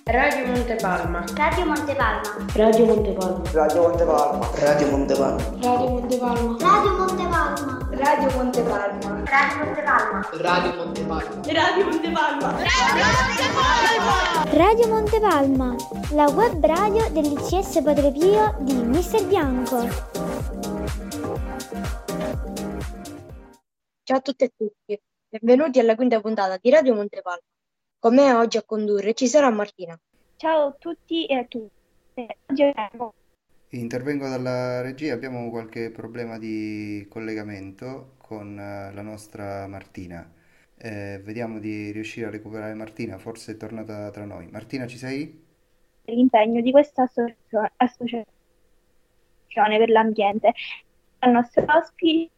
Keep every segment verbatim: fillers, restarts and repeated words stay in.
Radio Montepalma. Radio Montepalma. Radio Montepalma. Radio Montepalma. Radio Montepalma. Radio Montepalma. Radio Montepalma. Radio Montepalma. Radio Montepalma. Radio Montepalma. Radio Montepalma. Radio Montepalma, la web radio del L C S Padre Pio di Mister Bianco. Ciao a tutte e tutti, benvenuti alla quinta puntata di Radio Montepalma. Con me oggi a condurre ci sarà Martina. Ciao a tutti e a tutte. Oggi abbiamo... Intervengo dalla regia, abbiamo qualche problema di collegamento con uh, la nostra Martina. Eh, vediamo di riuscire a recuperare Martina, forse è tornata tra noi. Martina, ci sei? L'impegno di questa associazione, associazione per l'ambiente. Il nostro ospite,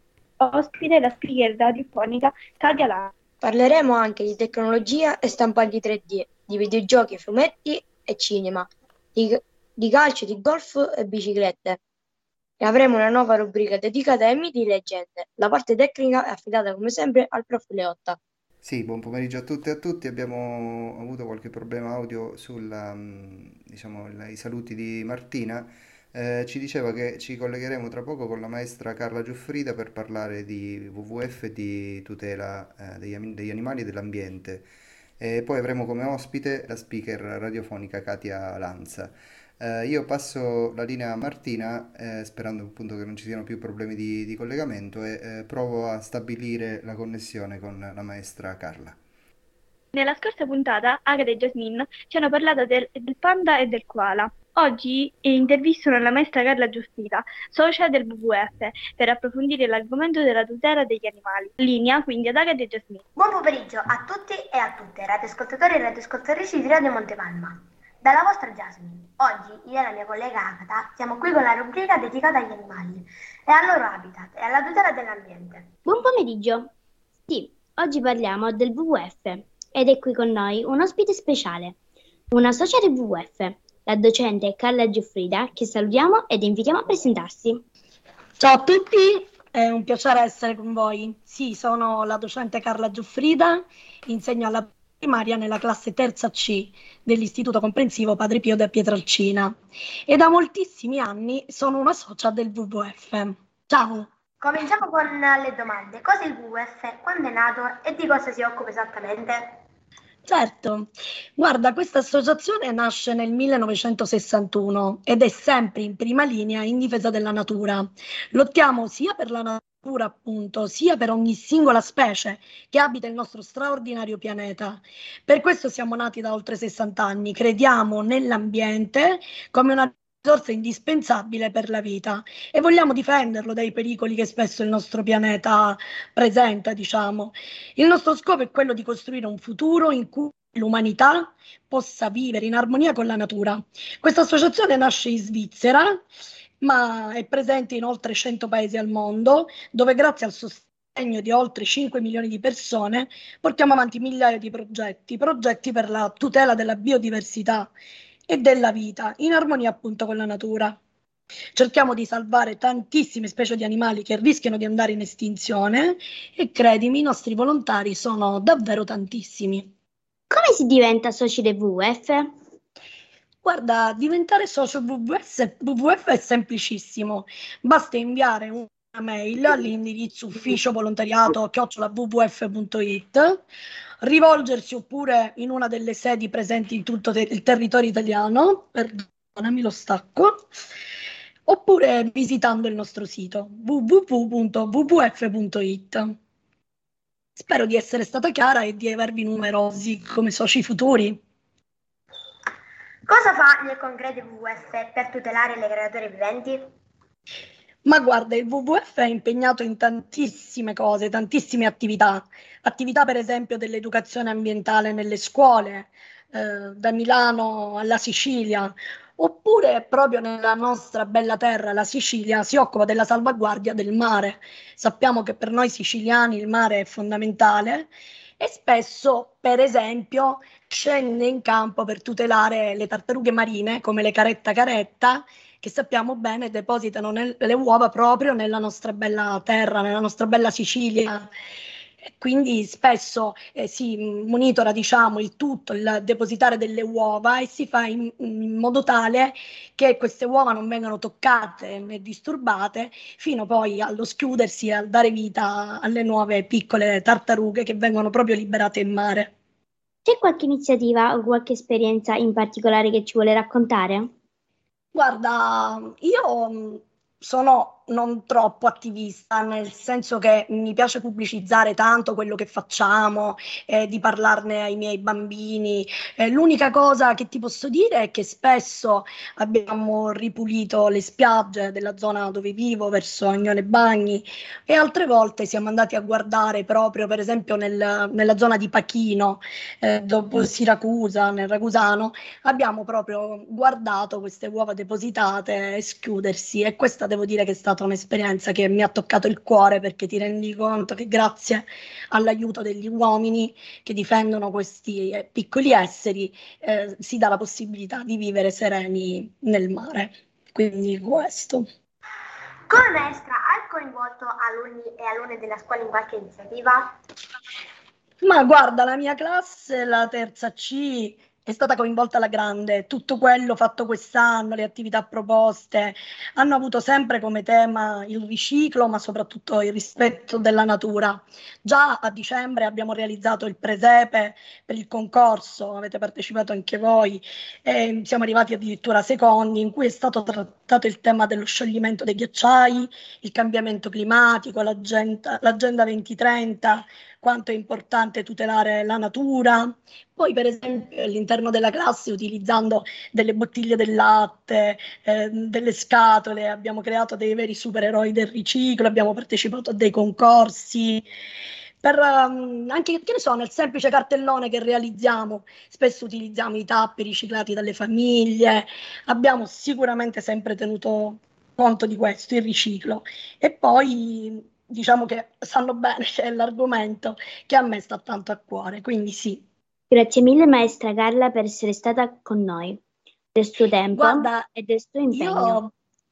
ospite la speaker radiofonica Katia Lanza. Parleremo anche di tecnologia e stampanti tre D, di videogiochi, fumetti e cinema, di, di calcio, di golf e biciclette. E avremo una nuova rubrica dedicata ai miti e leggende. La parte tecnica è affidata come sempre al prof Leotta. Sì, buon pomeriggio a tutte e a tutti. Abbiamo avuto qualche problema audio sui diciamo, saluti di Martina. Eh, ci diceva che ci collegheremo tra poco con la maestra Carla Giuffrida per parlare di W W F e di tutela eh, degli, degli animali e dell'ambiente. E poi avremo come ospite la speaker radiofonica Katia Lanza. Eh, io passo la linea a Martina, eh, sperando appunto che non ci siano più problemi di, di collegamento, e eh, provo a stabilire la connessione con la maestra Carla. Nella scorsa puntata, Agata e Jasmine ci hanno parlato del, del panda e del koala. Oggi intervistano la maestra Carla Giuffrida, socia del W W F, per approfondire l'argomento della tutela degli animali. Linea quindi ad Agata e Jasmine. Buon pomeriggio a tutti e a tutte, radioascoltatori e radioascoltatrici di Radio Montepalma. Dalla vostra Jasmine. Oggi io e la mia collega Agata siamo qui con la rubrica dedicata agli animali e al loro habitat e alla tutela dell'ambiente. Buon pomeriggio. Sì, oggi parliamo del W W F ed è qui con noi un ospite speciale, una socia del W W F, la docente Carla Giuffrida, che salutiamo ed invitiamo a presentarsi. Ciao a tutti, è un piacere essere con voi. Sì, sono la docente Carla Giuffrida, insegno alla primaria nella classe terza C dell'Istituto Comprensivo Padre Pio da Pietrelcina e da moltissimi anni sono una socia del W W F. Ciao! Cominciamo con le domande. Cos'è il W W F? Quando è nato e di cosa si occupa esattamente? Certo, guarda, questa associazione nasce nel millenovecentosessantuno ed è sempre in prima linea in difesa della natura. Lottiamo sia per la natura, appunto, sia per ogni singola specie che abita il nostro straordinario pianeta. Per questo siamo nati da oltre sessanta anni, crediamo nell'ambiente come una risorsa indispensabile per la vita e vogliamo difenderlo dai pericoli che spesso il nostro pianeta presenta, diciamo. Il nostro scopo è quello di costruire un futuro in cui l'umanità possa vivere in armonia con la natura. Questa associazione nasce in Svizzera, ma è presente in oltre cento paesi al mondo, dove grazie al sostegno di oltre cinque milioni di persone portiamo avanti migliaia di progetti, progetti per la tutela della biodiversità e della vita, in armonia appunto con la natura. Cerchiamo di salvare tantissime specie di animali che rischiano di andare in estinzione e credimi, i nostri volontari sono davvero tantissimi. Come si diventa soci del W W F? Guarda, diventare socio W W F è semplicissimo, basta inviare una mail all'indirizzo ufficio volontariato chiocciola w w f punto it, rivolgersi oppure in una delle sedi presenti in tutto te- il territorio italiano, perdonami lo stacco, oppure visitando il nostro sito w w w punto w w f punto it. Spero di essere stata chiara e di avervi numerosi come soci futuri. Cosa fa nel concreto il W W F per tutelare le creature viventi? Ma guarda, il W W F è impegnato in tantissime cose, tantissime attività. Attività per esempio dell'educazione ambientale nelle scuole, eh, da Milano alla Sicilia, oppure proprio nella nostra bella terra, la Sicilia, si occupa della salvaguardia del mare. Sappiamo che per noi siciliani il mare è fondamentale e spesso, per esempio, scende in campo per tutelare le tartarughe marine, come le caretta caretta, che sappiamo bene depositano nel, le uova proprio nella nostra bella terra, nella nostra bella Sicilia. Quindi spesso eh, si monitora, diciamo, il tutto, il depositare delle uova, e si fa in, in modo tale che queste uova non vengano toccate né disturbate fino poi allo schiudersi e al dare vita alle nuove piccole tartarughe che vengono proprio liberate in mare. C'è qualche iniziativa o qualche esperienza in particolare che ci vuole raccontare? Guarda, io sono non troppo attivista, nel senso che mi piace pubblicizzare tanto quello che facciamo, eh, di parlarne ai miei bambini. Eh, l'unica cosa che ti posso dire è che spesso abbiamo ripulito le spiagge della zona dove vivo, verso Agnone Bagni, e altre volte siamo andati a guardare proprio, per esempio, nel- nella zona di Pachino, eh, dopo Siracusa, nel Ragusano, abbiamo proprio guardato queste uova depositate schiudersi, e questa devo dire che è stata un'esperienza che mi ha toccato il cuore, perché ti rendi conto che grazie all'aiuto degli uomini che difendono questi eh, piccoli esseri eh, si dà la possibilità di vivere sereni nel mare. Quindi questo. Come maestra, hai coinvolto alunni e alunne della scuola in qualche iniziativa? Ma guarda, la mia classe, la terza C, è stata coinvolta alla grande. Tutto quello fatto quest'anno, le attività proposte, hanno avuto sempre come tema il riciclo, ma soprattutto il rispetto della natura. Già a dicembre abbiamo realizzato il presepe per il concorso, avete partecipato anche voi, e siamo arrivati addirittura secondi, in cui è stato trattato il tema dello scioglimento dei ghiacciai, il cambiamento climatico, l'agenda, l'agenda duemilatrenta, quanto è importante tutelare la natura. Poi, per esempio, all'interno della classe, utilizzando delle bottiglie del latte, eh, delle scatole, abbiamo creato dei veri supereroi del riciclo, abbiamo partecipato a dei concorsi. Per, um, anche, che ne so, nel semplice cartellone che realizziamo, spesso utilizziamo i tappi riciclati dalle famiglie. Abbiamo sicuramente sempre tenuto conto di questo, il riciclo. E poi diciamo che sanno bene che è l'argomento che a me sta tanto a cuore, quindi sì. Grazie mille maestra Carla per essere stata con noi, del suo tempo Guarda, e del suo impegno. Io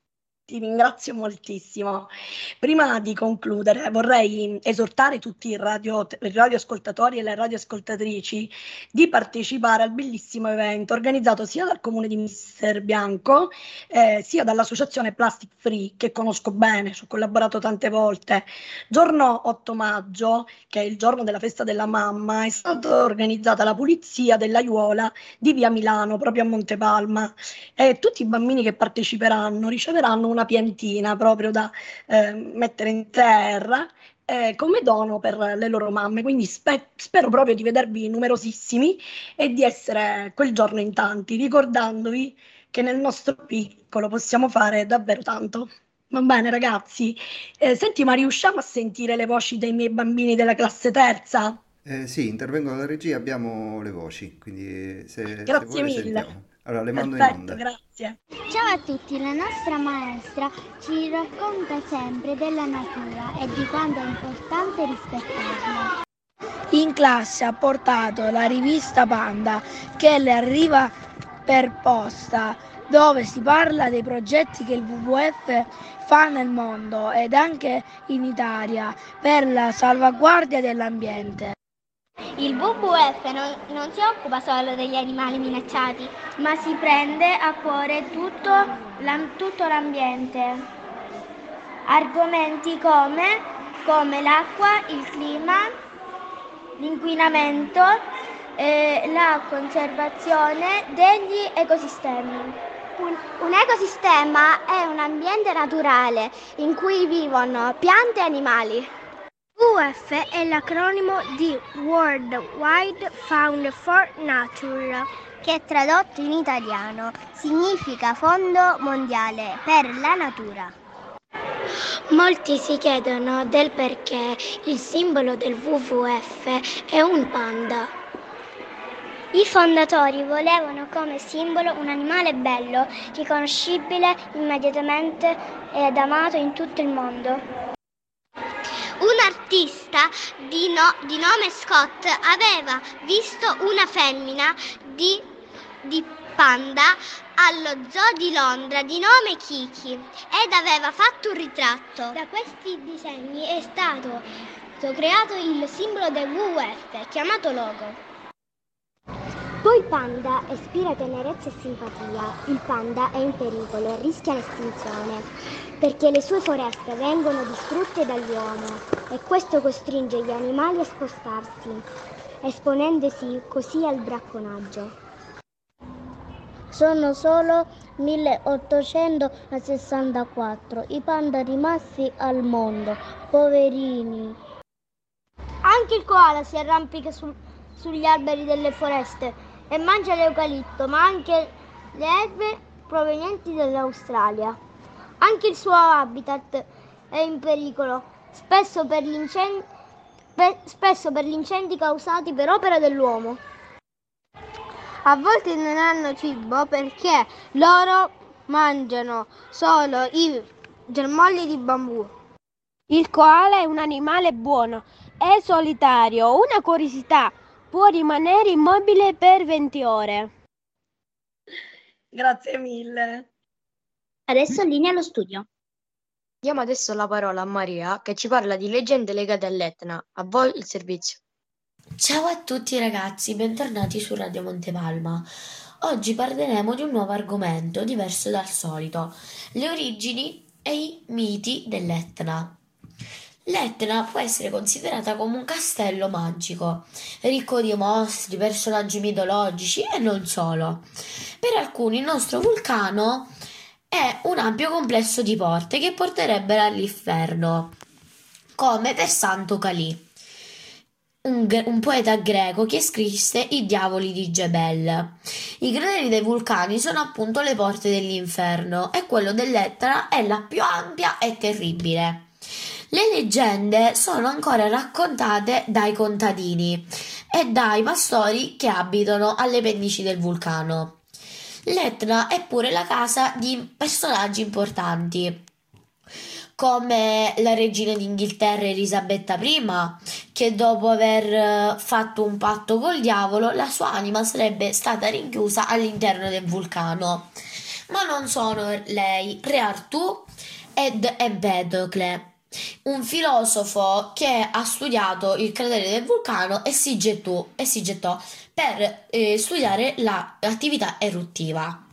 ti ringrazio moltissimo. Prima di concludere, vorrei esortare tutti i radio, i radioascoltatori e le radioascoltatrici di partecipare al bellissimo evento organizzato sia dal Comune di Mister Bianco, eh, sia dall'associazione Plastic Free, che conosco bene, ci ho collaborato tante volte. Giorno otto maggio, che è il giorno della festa della mamma, è stata organizzata la pulizia dell'aiuola di via Milano, proprio a Montepalma, e tutti i bambini che parteciperanno riceveranno una piantina proprio da eh, mettere in terra eh, come dono per le loro mamme. Quindi spe- spero proprio di vedervi numerosissimi e di essere quel giorno in tanti, ricordandovi che nel nostro piccolo possiamo fare davvero tanto. Va bene ragazzi? Eh, senti, ma riusciamo a sentire le voci dei miei bambini della classe terza? Eh, sì, intervengo dalla regia, abbiamo le voci, quindi se, se Grazie vuole mille. sentiamo. Allora, le mando in Perfetto, onda. grazie. Ciao a tutti, la nostra maestra ci racconta sempre della natura e di quanto è importante rispettarla. In classe ha portato la rivista Panda, che le arriva per posta, dove si parla dei progetti che il W W F fa nel mondo ed anche in Italia per la salvaguardia dell'ambiente. Il W W F non, non si occupa solo degli animali minacciati, ma si prende a cuore tutto, la, tutto l'ambiente. Argomenti come, come l'acqua, il clima, l'inquinamento e la conservazione degli ecosistemi. Un, un ecosistema è un ambiente naturale in cui vivono piante e animali. W W F è l'acronimo di World Wide Fund for Nature, che tradotto in italiano significa Fondo Mondiale per la Natura. Molti si chiedono del perché il simbolo del W W F è un panda. I fondatori volevano come simbolo un animale bello, riconoscibile immediatamente ed amato in tutto il mondo. Un artista di, no, di nome Scott aveva visto una femmina di, di panda allo zoo di Londra di nome Kiki ed aveva fatto un ritratto. Da questi disegni è stato questo ho creato il simbolo del W W F, chiamato logo. Poi il panda ispira tenerezza e simpatia. Il panda è in pericolo e rischia l'estinzione perché le sue foreste vengono distrutte dall'uomo e questo costringe gli animali a spostarsi, esponendosi così al bracconaggio. Sono solo milleottocentosessantaquattro i panda rimasti al mondo, poverini. Anche il koala si arrampica sul, sugli alberi delle foreste e mangia l'eucalipto, ma anche le erbe provenienti dall'Australia. Anche il suo habitat è in pericolo, spesso per, l'incen- per, spesso per gli incendi causati per opera dell'uomo. A volte non hanno cibo perché loro mangiano solo i germogli di bambù. Il koala è un animale buono, è solitario, una curiosità, può rimanere immobile per venti ore. Grazie mille. Adesso linea allo studio. Diamo adesso la parola a Maria che ci parla di leggende legate all'Etna. A voi il servizio. Ciao a tutti ragazzi, bentornati su Radio Montepalma. Oggi parleremo di un nuovo argomento diverso dal solito, le origini e i miti dell'Etna. L'Etna può essere considerata come un castello magico, ricco di mostri, personaggi mitologici e non solo. Per alcuni il nostro vulcano è un ampio complesso di porte che porterebbero all'inferno, come per Santo Calì, un, un poeta greco che scrisse I diavoli di Gebel. I crateri dei vulcani sono appunto le porte dell'inferno e quello dell'Etna è la più ampia e terribile. Le leggende sono ancora raccontate dai contadini e dai pastori che abitano alle pendici del vulcano. L'Etna è pure la casa di personaggi importanti, come la regina d'Inghilterra Elisabetta prima, che dopo aver fatto un patto col diavolo, la sua anima sarebbe stata rinchiusa all'interno del vulcano. Ma non sono lei, Re Artù ed Empedocle, un filosofo che ha studiato il cratere del vulcano e si gettò, e si gettò per eh, studiare la, l'attività eruttiva.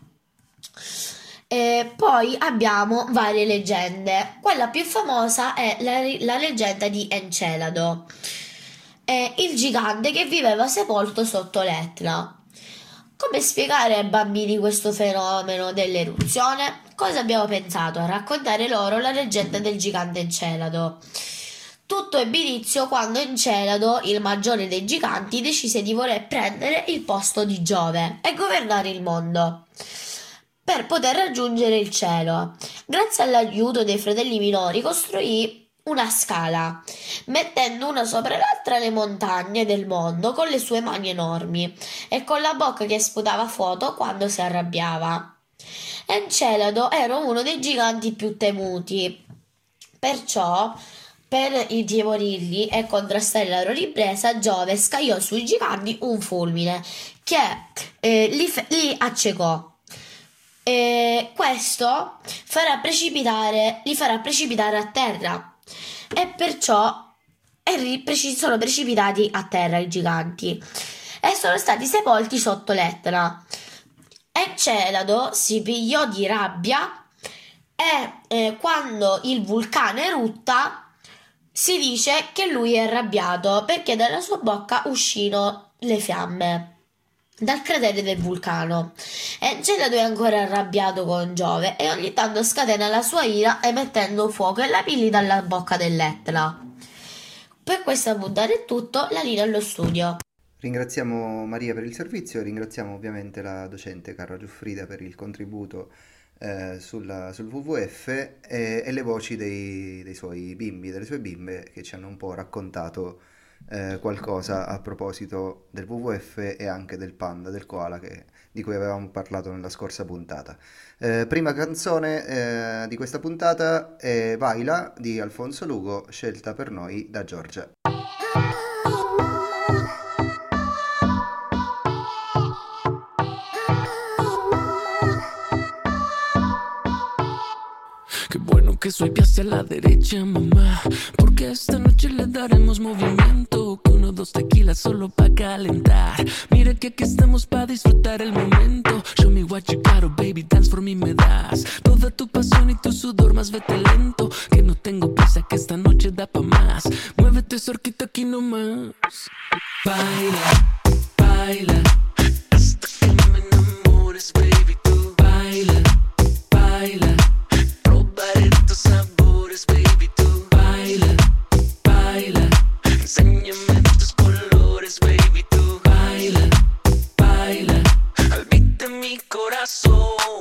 E poi abbiamo varie leggende. Quella più famosa è la, la leggenda di Encelado, è il gigante che viveva sepolto sotto l'Etna. Come spiegare ai bambini questo fenomeno dell'eruzione? Cosa abbiamo pensato? A raccontare loro la leggenda del gigante Encelado. Tutto ebbe inizio quando Encelado, il maggiore dei giganti, decise di voler prendere il posto di Giove e governare il mondo per poter raggiungere il cielo. Grazie all'aiuto dei fratelli minori costruì una scala, mettendo una sopra l'altra le montagne del mondo con le sue mani enormi e con la bocca che sputava fuoco quando si arrabbiava. Encelado era uno dei giganti più temuti, perciò per intimorirli e contrastare la loro ripresa, Giove scagliò sui giganti un fulmine che eh, li, fe- li accecò. E questo farà precipitare, li farà precipitare a terra e perciò sono precipitati a terra i giganti e sono stati sepolti sotto l'Etna. Encelado si pigliò di rabbia e eh, quando il vulcano erutta si dice che lui è arrabbiato perché dalla sua bocca uscino le fiamme dal cratere del vulcano. Encelado è ancora arrabbiato con Giove e ogni tanto scatena la sua ira emettendo fuoco e lapilli dalla bocca dell'Etna. Per questa puntata è tutto, la linea allo studio. Ringraziamo Maria per il servizio e ringraziamo ovviamente la docente Carla Giuffrida per il contributo eh, sulla, sul W W F e, e le voci dei, dei suoi bimbi, delle sue bimbe che ci hanno un po' raccontato eh, qualcosa a proposito del W W F e anche del panda, del koala che, di cui avevamo parlato nella scorsa puntata. Eh, prima canzone eh, di questa puntata è Vaila di Alfonso Lugo, scelta per noi da Giorgia. Qué bueno que soy hacia la derecha, mamá, porque esta noche le daremos movimiento. Que uno, dos tequilas solo pa' calentar. Mira que aquí estamos pa' disfrutar el momento. Show me what you got, oh baby, dance for me me das toda tu pasión y tu sudor, más vete lento. Que no tengo prisa, que esta noche da pa' más. Muévete cerquita aquí nomás. Baila, baila, hasta que me enamores, baby, tú. Baila, baila, probaré tus sabores, baby, tú. Baila, baila, enséñame tus colores, baby, tú. Baila, baila, al beat de mi corazón.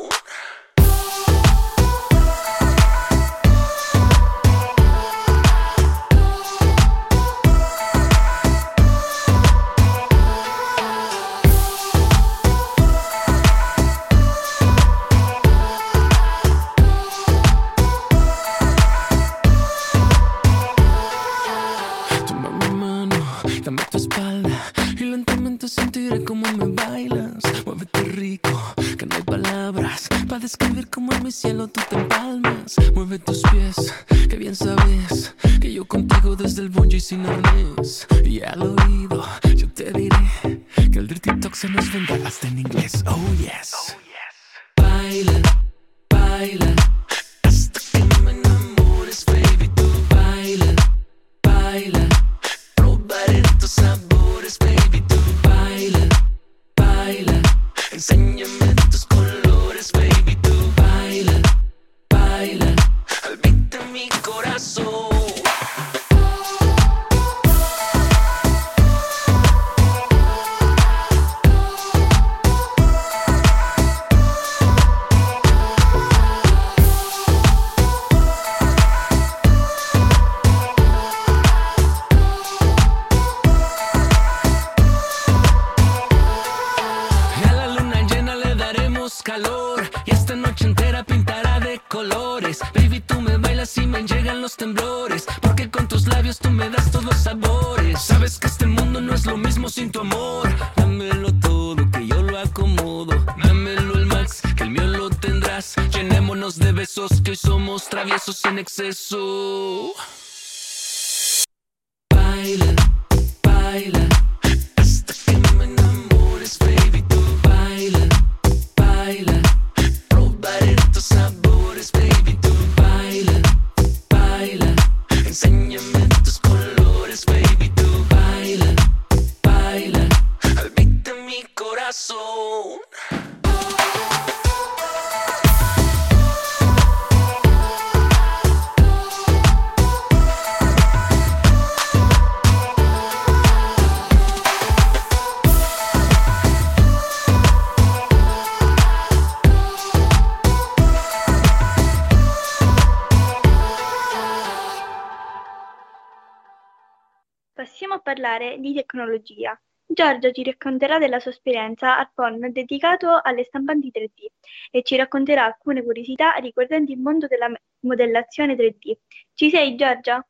Sentiré como me bailas, muévete rico, que no hay palabras para describir cómo en mi cielo tú te empalmas. Mueve tus pies, que bien sabes que yo contigo desde el bungee sin arnés. Y al oído yo te diré que el dirty talk se nos venda hasta en inglés. Oh yes, oh, yes. Baila, baila, hasta que me enamores, baby, tú. Baila, baila, probaré tus sabores, baby, tú. Baila, baila, enséñame tus colores, baby, tú. Baila, baila, al beat de mi corazón. Calor y esta noche entera pintará de colores. Baby, tú me bailas y me llegan los temblores, porque con tus labios tú me das todos los sabores. Sabes que este mundo no es lo mismo sin tu amor. Dámelo todo, que yo lo acomodo. Dámelo el max, que el mío lo tendrás. Llenémonos de besos, que hoy somos traviesos en exceso. Baila, baila, hasta que me enamores, baby, tú. Baila, baila, probaré tus sabores, baby, tú. Baila, baila, enséñame tus colores, baby, tú. Baila, baila, al beat de mi corazón. Passiamo a parlare di tecnologia. Giorgia ci racconterà della sua esperienza al P O N dedicato alle stampanti tre D e ci racconterà alcune curiosità riguardanti il mondo della modellazione tre D. Ci sei, Giorgia?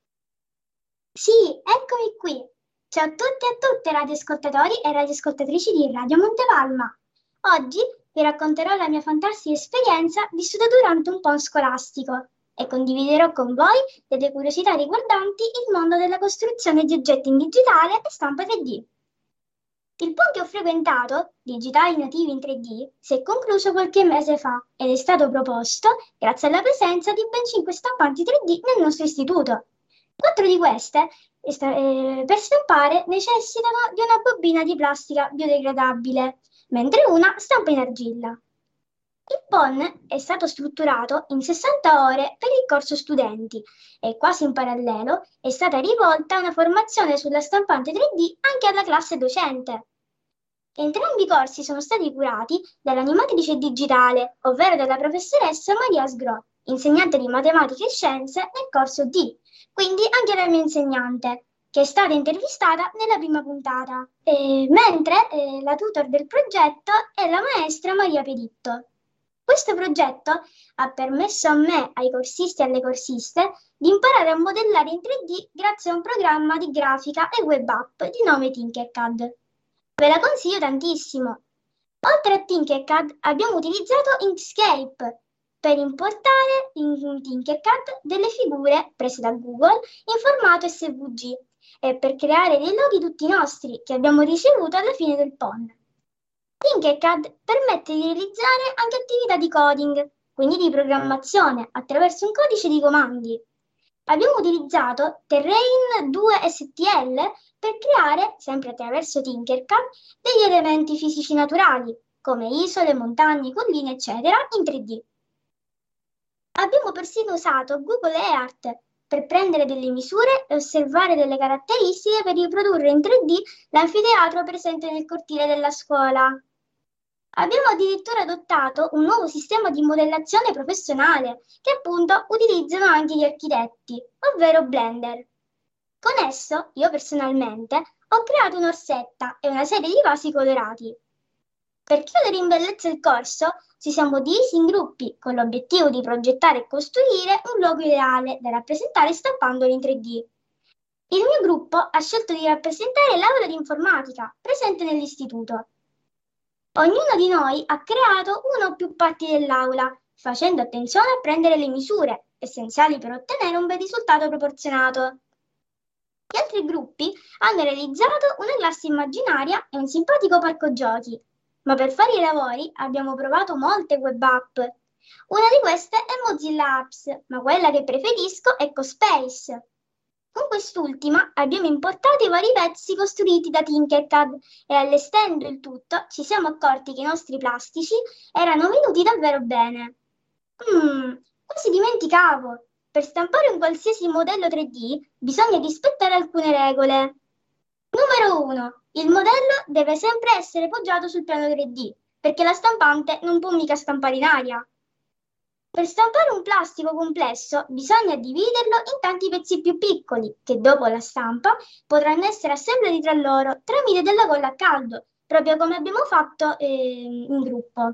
Sì, eccomi qui. Ciao a tutti e a tutte radioascoltatori e radioascoltatrici di Radio Montepalma. Oggi vi racconterò la mia fantastica esperienza vissuta durante un P O N scolastico e condividerò con voi delle curiosità riguardanti il mondo della costruzione di oggetti in digitale e stampa tre D. Il P O N che ho frequentato, Digitali Nativi in tre D, si è concluso qualche mese fa ed è stato proposto grazie alla presenza di ben cinque stampanti tre D nel nostro istituto. Quattro di queste, eh, per stampare, necessitano di una bobina di plastica biodegradabile, mentre una stampa in argilla. Il P O N è stato strutturato in sessanta ore per il corso studenti e quasi in parallelo è stata rivolta una formazione sulla stampante tre D anche alla classe docente. Entrambi i corsi sono stati curati dall'animatrice digitale, ovvero dalla professoressa Maria Sgro, insegnante di matematica e scienze nel corso D, quindi anche la mia insegnante, che è stata intervistata nella prima puntata, e, mentre eh, la tutor del progetto è la maestra Maria Peditto. Questo progetto ha permesso a me, ai corsisti e alle corsiste, di imparare a modellare in tre D grazie a un programma di grafica e web app di nome Tinkercad. Ve la consiglio tantissimo. Oltre a Tinkercad abbiamo utilizzato Inkscape, per importare in Tinkercad delle figure prese da Google in formato S V G e per creare dei loghi tutti nostri che abbiamo ricevuto alla fine del P O N. Tinkercad permette di realizzare anche attività di coding, quindi di programmazione, attraverso un codice di comandi. Abbiamo utilizzato Terrain due S T L per creare, sempre attraverso Tinkercad, degli elementi fisici naturali, come isole, montagne, colline, eccetera, in tre D. Abbiamo persino usato Google Earth per prendere delle misure e osservare delle caratteristiche per riprodurre in tre D l'anfiteatro presente nel cortile della scuola. Abbiamo addirittura adottato un nuovo sistema di modellazione professionale che appunto utilizzano anche gli architetti, ovvero Blender. Con esso, io personalmente, ho creato un'orsetta e una serie di vasi colorati. Per chiudere in bellezza il corso, ci siamo divisi in gruppi con l'obiettivo di progettare e costruire un luogo ideale da rappresentare stampandolo in tre D. Il mio gruppo ha scelto di rappresentare l'aula di informatica presente nell'istituto. Ognuno di noi ha creato una o più parti dell'aula, facendo attenzione a prendere le misure, essenziali per ottenere un bel risultato proporzionato. Gli altri gruppi hanno realizzato una classe immaginaria e un simpatico parco giochi, ma per fare i lavori abbiamo provato molte web app. Una di queste è Mozilla Apps, ma quella che preferisco è CoSpace. Con quest'ultima abbiamo importato i vari pezzi costruiti da Tinkercad e allestendo il tutto ci siamo accorti che i nostri plastici erano venuti davvero bene. Mmm, quasi dimenticavo! Per stampare un qualsiasi modello tre D bisogna rispettare alcune regole. Numero uno. Il modello deve sempre essere poggiato sul piano tre D, perché la stampante non può mica stampare in aria. Per stampare un plastico complesso bisogna dividerlo in tanti pezzi più piccoli, che dopo la stampa potranno essere assemblati tra loro tramite della colla a caldo, proprio come abbiamo fatto eh, in gruppo.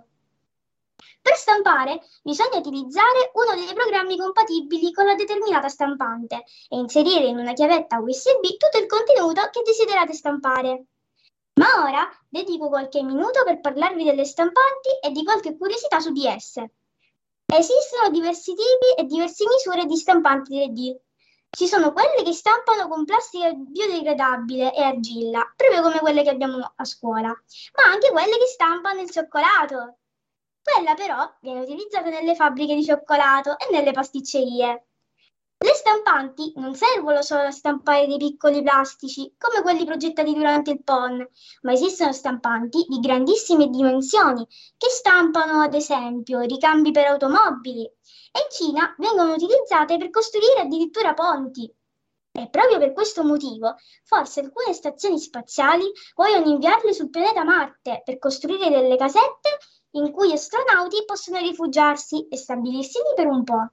Per stampare bisogna utilizzare uno dei programmi compatibili con la determinata stampante e inserire in una chiavetta U S B tutto il contenuto che desiderate stampare. Ma ora dedico qualche minuto per parlarvi delle stampanti e di qualche curiosità su di esse. Esistono diversi tipi e diverse misure di stampanti tre D. Ci sono quelle che stampano con plastica biodegradabile e argilla, proprio come quelle che abbiamo a scuola, ma anche quelle che stampano il cioccolato. Quella però viene utilizzata nelle fabbriche di cioccolato e nelle pasticcerie. Le stampanti non servono solo a stampare dei piccoli plastici, come quelli progettati durante il P O N, ma esistono stampanti di grandissime dimensioni che stampano, ad esempio, ricambi per automobili e in Cina vengono utilizzate per costruire addirittura ponti. E proprio per questo motivo, forse alcune stazioni spaziali vogliono inviarle sul pianeta Marte per costruire delle casette in cui astronauti possono rifugiarsi e stabilirsi lì per un po'.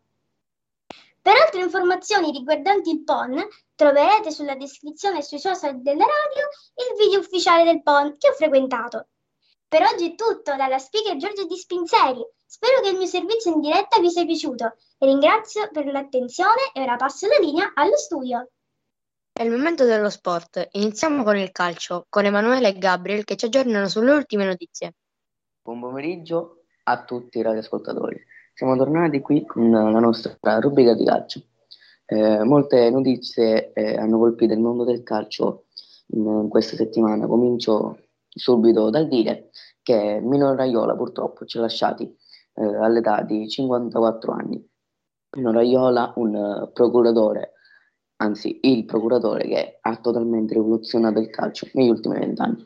Per altre informazioni riguardanti il P O N troverete sulla descrizione e sui social della radio il video ufficiale del P O N che ho frequentato. Per oggi è tutto dalla speaker Giorgia Di Spinzeri. Spero che il mio servizio in diretta vi sia piaciuto. Ringrazio per l'attenzione e ora passo la linea allo studio. È il momento dello sport. Iniziamo con il calcio, con Emanuele e Gabriel che ci aggiornano sulle ultime notizie. Buon pomeriggio a tutti i radioascoltatori. Siamo tornati qui con la nostra rubrica di calcio. Eh, molte notizie eh, hanno colpito il mondo del calcio in questa settimana. Comincio subito dal dire che Mino Raiola purtroppo ci ha lasciati eh, all'età di cinquantaquattro anni. Mino Raiola, un uh, procuratore, anzi il procuratore che ha totalmente rivoluzionato il calcio negli ultimi vent'anni.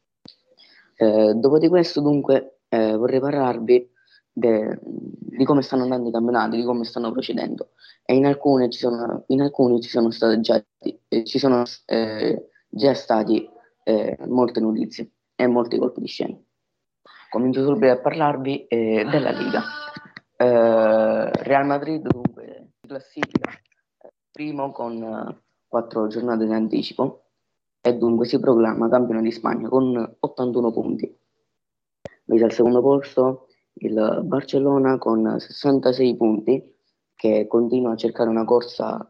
Eh, dopo di questo dunque eh, vorrei parlarvi de, di come stanno andando i campionati, di come stanno procedendo e in alcuni ci sono, in alcuni ci sono state già, eh, ci sono, eh, già stati eh, molte notizie e molti colpi di scena. Comincio subito a parlarvi eh, della Liga. Eh, Real Madrid dunque si classifica primo con eh, quattro giornate in anticipo e dunque si proclama campione di Spagna con ottantuno punti. Invece al secondo posto il Barcellona con sessantasei punti, che continua a cercare una corsa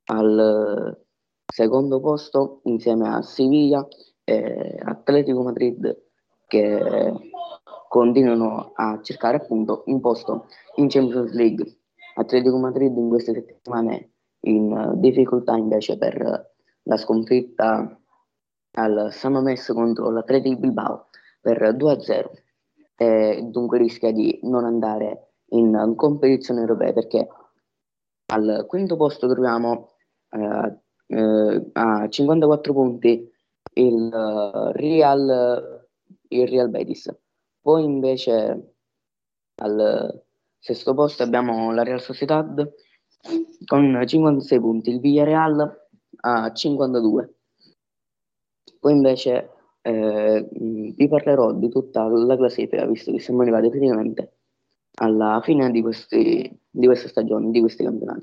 al secondo posto insieme a Siviglia e Atletico Madrid, che continuano a cercare appunto un posto in Champions League. Atletico Madrid in queste settimane in uh, difficoltà invece per uh, la sconfitta al San Mamés contro l'Athletic Bilbao per due a zero, e dunque rischia di non andare in uh, competizione europea, perché al quinto posto troviamo uh, uh, a cinquantaquattro punti il, uh, Real, il Real Betis. Poi invece al sesto posto abbiamo la Real Sociedad con cinquantasei punti, il Villarreal a cinquantadue. Poi invece eh, vi parlerò di tutta la classifica, visto che siamo arrivati praticamente alla fine di, questi, di questa stagione, di questi campionati.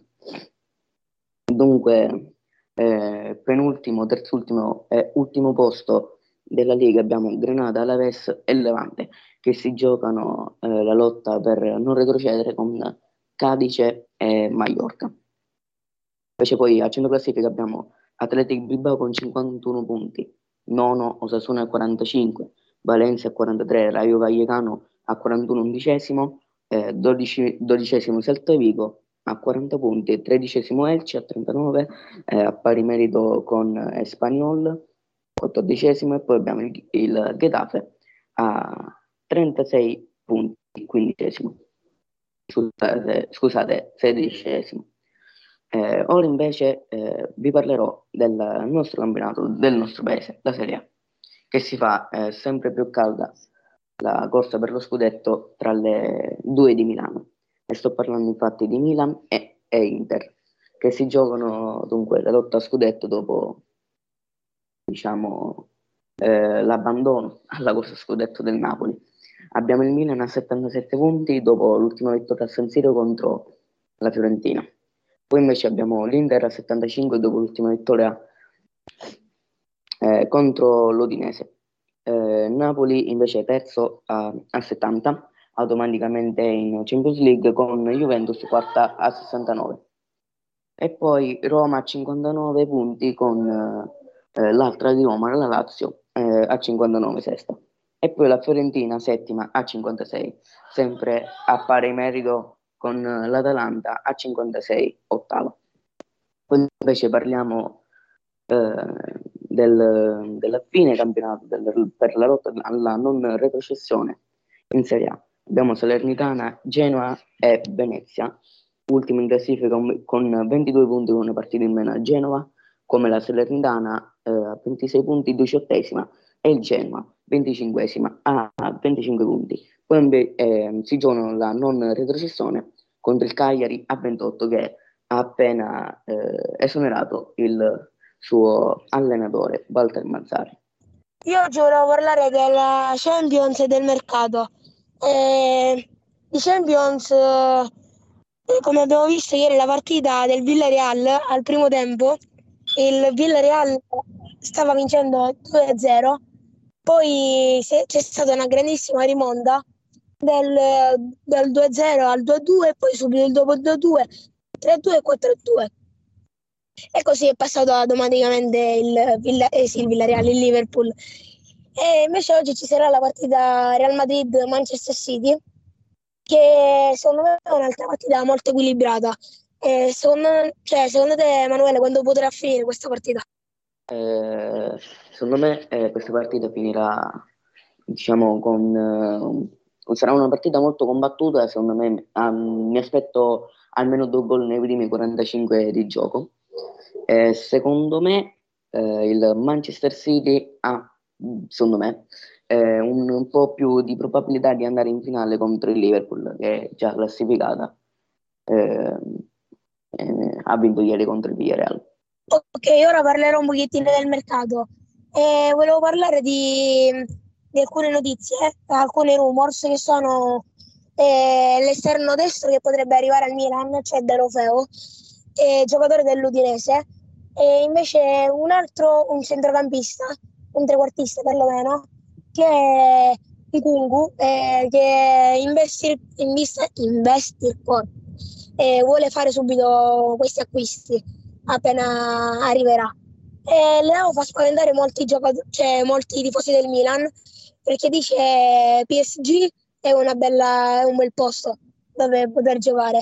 Dunque, eh, penultimo, terzultimo e ultimo posto della Liga abbiamo Granada, Alaves e Levante, che si giocano eh, la lotta per non retrocedere con Cadice e Mallorca. Invece poi a centro classifica abbiamo Athletic Bilbao con cinquantuno punti, nono Osasuna a quarantacinque, Valencia a quarantatré, Rayo Vallecano a quarantuno, undicesimo, eh, dodici, dodicesimo Celta Vigo a quaranta punti, tredicesimo Elche a trentanove, eh, a pari merito con Espanyol, quattordicesimo, e poi abbiamo il, il Getafe a trentasei punti, quindicesimo. Scusate, scusate sedicesimo. Eh, ora invece eh, vi parlerò del nostro campionato, del nostro paese, la Serie A, che si fa eh, sempre più calda la corsa per lo scudetto tra le due di Milano. E sto parlando infatti di Milan e, e Inter, che si giocano dunque la lotta a scudetto dopo, diciamo, eh, l'abbandono alla corsa a scudetto del Napoli. Abbiamo il Milan a settantasette punti dopo l'ultima vittoria a San Siro contro la Fiorentina. Poi invece abbiamo l'Inter a settantacinque dopo l'ultima vittoria eh, contro l'Udinese. Eh, Napoli invece terzo a, a settanta, automaticamente in Champions League, con Juventus quarta a sessantanove. E poi Roma a cinquantanove punti con eh, l'altra di Roma, la Lazio, eh, a cinquantanove, sesta. E poi la Fiorentina settima a cinquantasei, sempre a pari merito con l'Atalanta a cinquantasei, ottava. Poi invece parliamo eh, del, della fine campionato del, per la lotta alla non retrocessione in Serie A. Abbiamo Salernitana, Genoa e Venezia, ultimo in classifica con ventidue punti, con una partita in meno a Genova, come la Salernitana eh, a ventisei punti, diciottesima, e il Genoa venticinquesima a venticinque punti. Poi eh, si giocano la non retrocessione contro il Cagliari a ventotto, che ha appena eh, esonerato il suo allenatore Walter Mazzarri. Io oggi volevo parlare della Champions e del mercato. Eh, di Champions, eh, come abbiamo visto ieri la partita del Villarreal al primo tempo, il Villarreal stava vincendo due a zero, poi c'è stata una grandissima rimonta del, del due a zero al due a due, e poi subito il dopo due a due, tre a due e quattro a due. E così è passato automaticamente il, Villa, eh sì, il Villarreal, il Liverpool. E invece oggi ci sarà la partita Real Madrid-Manchester City, che secondo me è un'altra partita molto equilibrata. E secondo, cioè, secondo te, Emanuele, quando potrà finire questa partita? Eh, secondo me eh, questa partita finirà, diciamo, con eh, sarà una partita molto combattuta. Secondo me ah, mi aspetto almeno due gol nei primi quarantacinque di gioco. Eh, secondo me eh, il Manchester City ha, secondo me, eh, un, un po' più di probabilità di andare in finale contro il Liverpool, che è già classificata. Eh, eh, ha vinto ieri contro il Villarreal. Ok, ora parlerò un pochettino del mercato. Eh, volevo parlare di, di alcune notizie, alcune rumors che sono eh, l'esterno destro che potrebbe arrivare al Milan, cioè Deulofeu, eh, giocatore dell'Udinese, e invece un altro, un centrocampista, un trequartista perlomeno, che è Nkunku, eh, che investi, investe, investi e vuole fare subito questi acquisti appena arriverà. E Leo fa spaventare molti giocatori, cioè molti tifosi del Milan, perché dice P S G è una bella, è un bel posto dove poter giocare.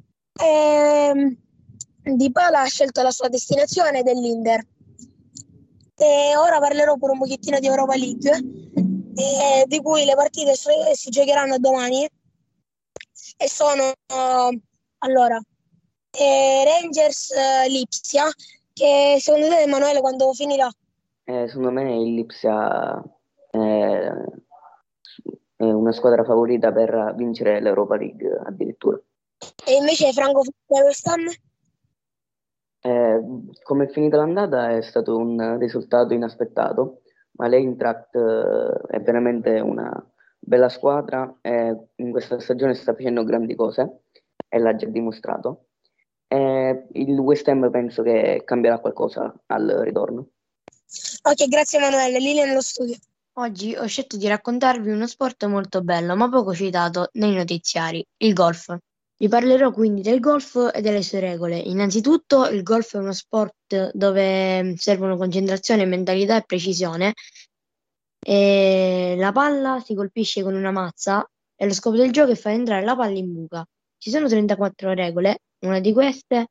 E Dybala ha scelto la sua destinazione dell'Inter. E ora parlerò pure un pochettino di Europa League, eh, di cui le partite so- si giocheranno domani e sono uh, allora eh, Rangers uh, Lipsia, che secondo te, Emanuele, quando finirà? Eh, secondo me il Lipsia è, è una squadra favorita per vincere l'Europa League addirittura. E invece Franco West Ham? Eh, come è finita l'andata è stato un risultato inaspettato, ma l'Eintracht eh, è veramente una bella squadra e in questa stagione sta facendo grandi cose e l'ha già dimostrato. E il West Ham penso che cambierà qualcosa al ritorno. Ok, grazie Emanuele, linea nello studio. Oggi ho scelto di raccontarvi uno sport molto bello, ma poco citato nei notiziari, il golf. Vi parlerò quindi del golf e delle sue regole. Innanzitutto, il golf è uno sport dove servono concentrazione, mentalità e precisione. E la palla si colpisce con una mazza e lo scopo del gioco è far entrare la palla in buca. Ci sono trentaquattro regole, una di queste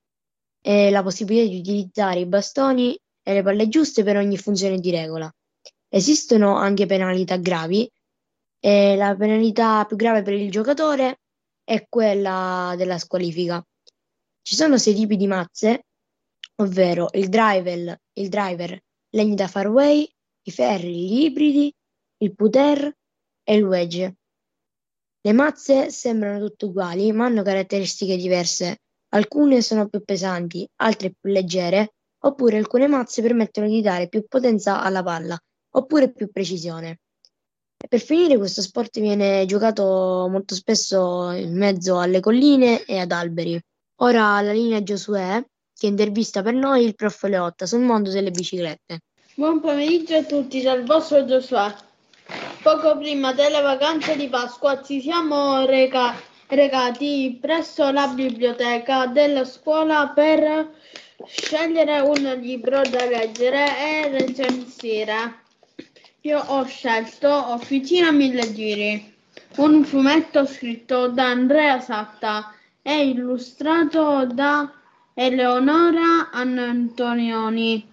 è la possibilità di utilizzare i bastoni e le palle giuste per ogni funzione di regola. Esistono anche penalità gravi e la penalità più grave per il giocatore è quella della squalifica. Ci sono sei tipi di mazze, ovvero il driver, il driver, legni da fairway, i ferri, gli ibridi, il putter e il wedge. Le mazze sembrano tutte uguali, ma hanno caratteristiche diverse. Alcune sono più pesanti, altre più leggere, oppure alcune mazze permettono di dare più potenza alla palla, oppure più precisione. E per finire, questo sport viene giocato molto spesso in mezzo alle colline e ad alberi. Ora la linea Giosuè, che intervista per noi il prof Leotta sul mondo delle biciclette. Buon pomeriggio a tutti dal vostro Giosuè. Poco prima delle vacanze di Pasqua ci siamo reca- recati presso la biblioteca della scuola per scegliere un libro da leggere e recensire. Io ho scelto Officina Mille Giri, un fumetto scritto da Andrea Satta e illustrato da Eleonora Antonioni.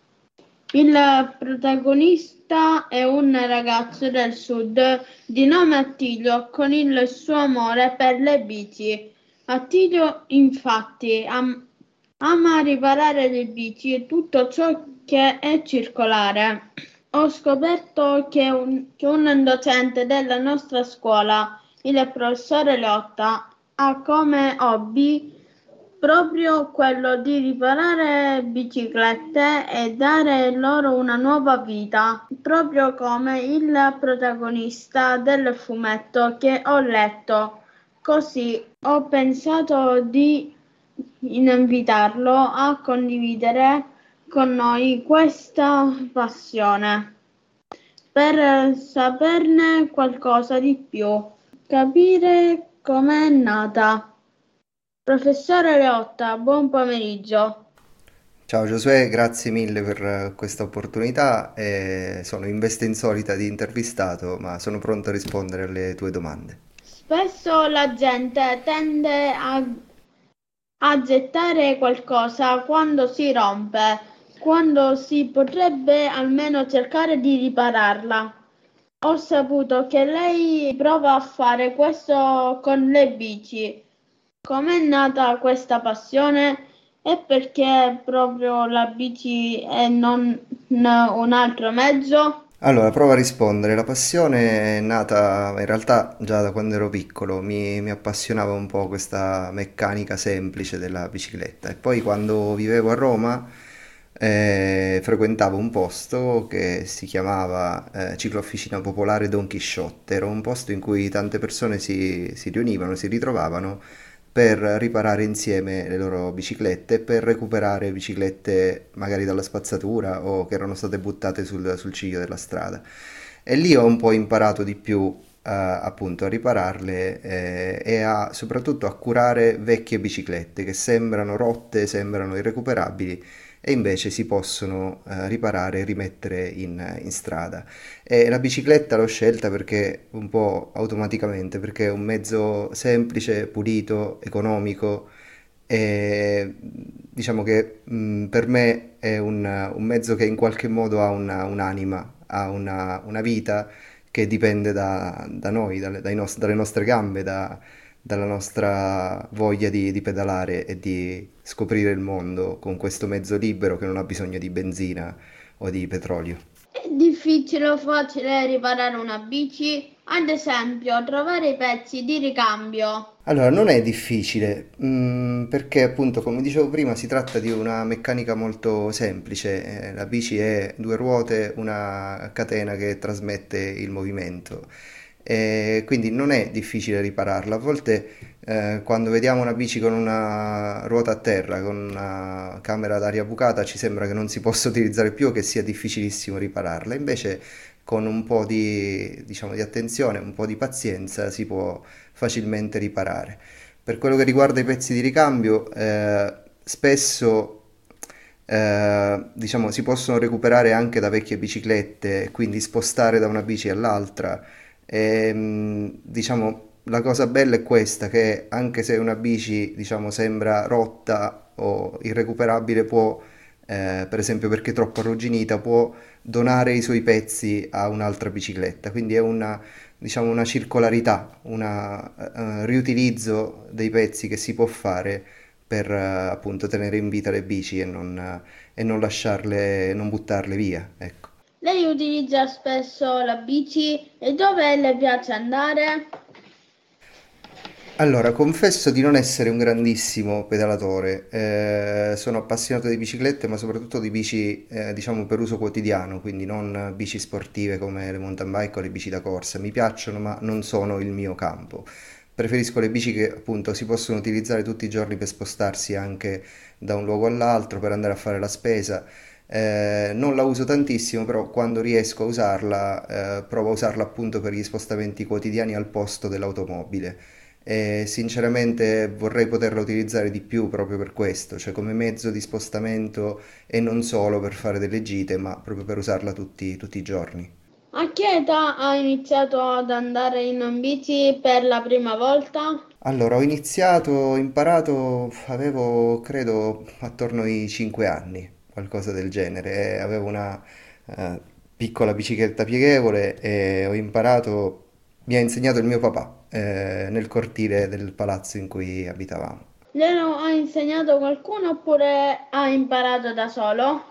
Il protagonista è un ragazzo del sud di nome Attilio con il suo amore per le bici. Attilio infatti am- ama riparare le bici e tutto ciò che è circolare. Ho scoperto che un, che un docente della nostra scuola, il professore Leotta, ha come hobby proprio quello di riparare biciclette e dare loro una nuova vita, proprio come il protagonista del fumetto che ho letto. Così ho pensato di invitarlo a condividere con noi questa passione per saperne qualcosa di più, capire com'è nata. Professore Leotta, buon pomeriggio. Ciao Giosuè, grazie mille per eh, questa opportunità. Eh, sono in veste insolita di intervistato, ma sono pronto a rispondere alle tue domande. Spesso la gente tende a, a gettare qualcosa quando si rompe, quando si potrebbe almeno cercare di ripararla. Ho saputo che lei prova a fare questo con le bici. Com'è nata questa passione e perché proprio la bici e non un altro mezzo? Allora, provo a rispondere. La passione è nata in realtà già da quando ero piccolo, mi, mi appassionava un po' questa meccanica semplice della bicicletta e poi quando vivevo a Roma eh, frequentavo un posto che si chiamava eh, Ciclofficina Popolare Don Chisciotte. Era un posto in cui tante persone si, si riunivano, si ritrovavano per riparare insieme le loro biciclette, per recuperare biciclette magari dalla spazzatura o che erano state buttate sul, sul ciglio della strada. E lì ho un po' imparato di più eh, appunto a ripararle eh, e a soprattutto a curare vecchie biciclette che sembrano rotte, sembrano irrecuperabili e invece si possono eh, riparare e rimettere in, in strada. E la bicicletta l'ho scelta perché un po' automaticamente, perché è un mezzo semplice, pulito, economico e diciamo che mh, per me è un, un mezzo che in qualche modo ha una- un'anima, ha una, una vita che dipende da, da noi, dalle, dai nos- dalle nostre gambe, da- dalla nostra voglia di, di pedalare e di scoprire il mondo con questo mezzo libero che non ha bisogno di benzina o di petrolio. È difficile o facile riparare una bici? Ad esempio, trovare i pezzi di ricambio. Allora, non è difficile, mm, perché appunto, come dicevo prima, si tratta di una meccanica molto semplice. Eh, la bici è due ruote, una catena che trasmette il movimento. E quindi non è difficile ripararla. A volte, eh, quando vediamo una bici con una ruota a terra, con una camera d'aria bucata, ci sembra che non si possa utilizzare più o che sia difficilissimo ripararla. Invece, con un po' di, diciamo, di attenzione, un po' di pazienza, si può facilmente riparare. Per quello che riguarda i pezzi di ricambio, eh, spesso eh, diciamo, si possono recuperare anche da vecchie biciclette, quindi spostare da una bici all'altra. E, mh, diciamo, la cosa bella è questa, che anche se una bici, diciamo, sembra rotta o irrecuperabile, può, eh, per esempio perché troppo arrugginita, può donare i suoi pezzi a un'altra bicicletta. Quindi è una, diciamo, una circolarità, un riutilizzo dei pezzi che si può fare per eh, appunto tenere in vita le bici e non, eh, e non lasciarle, non buttarle via, ecco. Lei utilizza spesso la bici e dove le piace andare? Allora, confesso di non essere un grandissimo pedalatore, eh, sono appassionato di biciclette, ma soprattutto di bici, eh, diciamo, per uso quotidiano, quindi non bici sportive come le mountain bike o le bici da corsa. Mi piacciono, ma non sono il mio campo. Preferisco le bici che appunto si possono utilizzare tutti i giorni per spostarsi anche da un luogo all'altro, per andare a fare la spesa. Eh, non la uso tantissimo, però quando riesco a usarla, eh, provo a usarla appunto per gli spostamenti quotidiani al posto dell'automobile. E sinceramente vorrei poterla utilizzare di più proprio per questo, cioè come mezzo di spostamento e non solo per fare delle gite, ma proprio per usarla tutti, tutti i giorni. A che età ha iniziato ad andare in bici per la prima volta? Allora, ho iniziato, ho imparato, avevo credo attorno ai cinque anni, qualcosa del genere. E avevo una eh, piccola bicicletta pieghevole e ho imparato, mi ha insegnato il mio papà eh, nel cortile del palazzo in cui abitavamo. Glielo ha insegnato qualcuno oppure ha imparato da solo?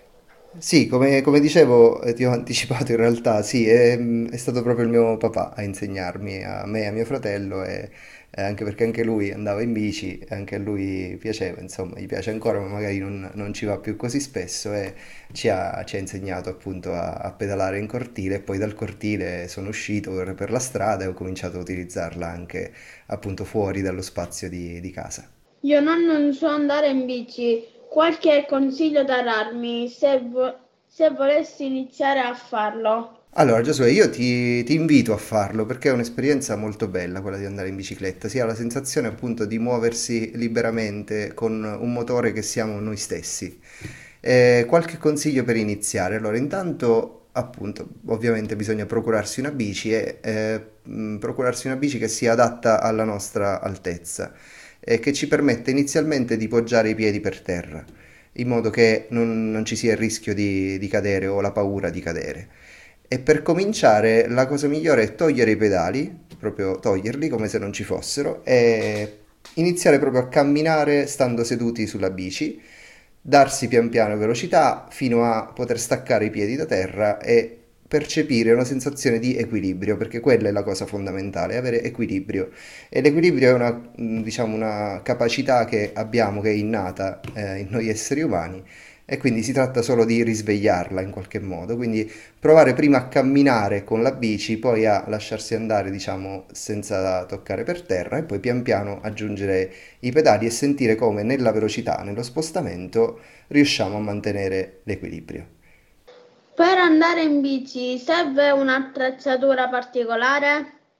Sì, come, come dicevo, eh, ti ho anticipato in realtà, sì, è, è stato proprio il mio papà a insegnarmi a me e a mio fratello, e, e anche perché anche lui andava in bici, e anche a lui piaceva, insomma, gli piace ancora, ma magari non, non ci va più così spesso e ci ha, ci ha insegnato appunto a, a pedalare in cortile e poi dal cortile sono uscito per, per la strada e ho cominciato a utilizzarla anche appunto fuori dallo spazio di, di casa. Io non, non so andare in bici. Qualche consiglio da darmi se, vo- se volessi iniziare a farlo? Allora, Giosuè, io ti, ti invito a farlo perché è un'esperienza molto bella quella di andare in bicicletta. Si ha la sensazione appunto di muoversi liberamente con un motore che siamo noi stessi. Eh, qualche consiglio per iniziare? Allora, intanto, appunto, ovviamente bisogna procurarsi una bici e eh, mh, procurarsi una bici che sia adatta alla nostra altezza e che ci permette inizialmente di poggiare i piedi per terra, in modo che non, non ci sia il rischio di, di cadere o la paura di cadere. E per cominciare la cosa migliore è togliere i pedali, proprio toglierli come se non ci fossero, e iniziare proprio a camminare stando seduti sulla bici, darsi pian piano velocità fino a poter staccare i piedi da terra e percepire una sensazione di equilibrio, perché quella è la cosa fondamentale, avere equilibrio. E l'equilibrio è una, diciamo, una capacità che abbiamo, che è innata eh, in noi esseri umani, e quindi si tratta solo di risvegliarla in qualche modo. Quindi provare prima a camminare con la bici, poi a lasciarsi andare, diciamo, senza toccare per terra, e poi pian piano aggiungere i pedali e sentire come nella velocità, nello spostamento, riusciamo a mantenere l'equilibrio. Per andare in bici serve un'attrezzatura particolare?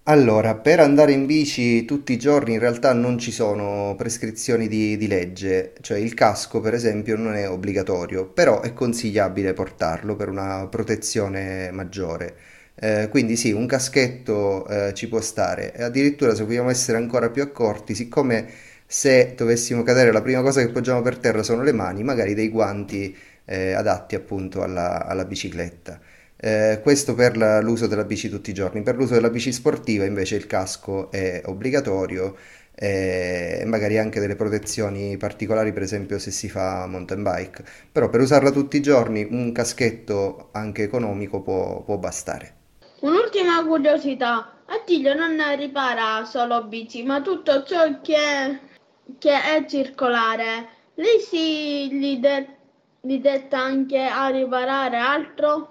Allora, per andare in bici tutti i giorni in realtà non ci sono prescrizioni di, di legge, cioè il casco per esempio non è obbligatorio, però è consigliabile portarlo per una protezione maggiore. Eh, quindi sì, un caschetto eh, ci può stare. E addirittura se vogliamo essere ancora più accorti, siccome se dovessimo cadere la prima cosa che poggiamo per terra sono le mani, magari dei guanti eh, adatti appunto alla alla bicicletta. Eh, questo per la- l'uso della bici tutti i giorni. Per l'uso della bici sportiva invece il casco è obbligatorio eh, e magari anche delle protezioni particolari, per esempio se si fa mountain bike. Però per usarla tutti i giorni un caschetto anche economico può, può bastare. Un'ultima curiosità, Attilio non ripara solo bici, ma tutto ciò che, che è circolare. Lei si li, de- li detta anche a riparare altro?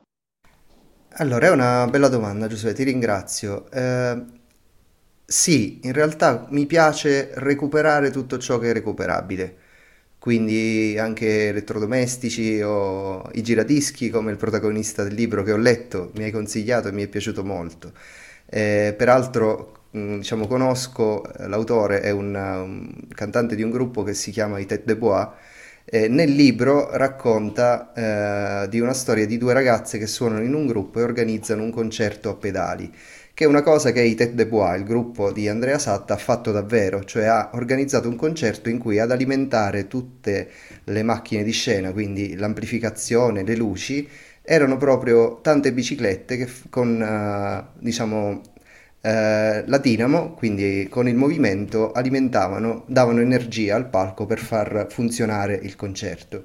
Allora, è una bella domanda, Giuseppe, ti ringrazio. Eh, sì, in realtà mi piace recuperare tutto ciò che è recuperabile, quindi anche elettrodomestici o i giradischi, come il protagonista del libro che ho letto, mi hai consigliato e mi è piaciuto molto. Eh, peraltro, mh, diciamo, conosco eh, l'autore, è un, um, cantante di un gruppo che si chiama i Tête de Bois. Eh, nel libro racconta eh, di una storia di due ragazze che suonano in un gruppo e organizzano un concerto a pedali, che è una cosa che i Tête de Bois, il gruppo di Andrea Satta, ha fatto davvero, cioè ha organizzato un concerto in cui ad alimentare tutte le macchine di scena, quindi l'amplificazione, le luci, erano proprio tante biciclette che f- con, eh, diciamo, eh, la dinamo, quindi con il movimento, alimentavano, davano energia al palco per far funzionare il concerto.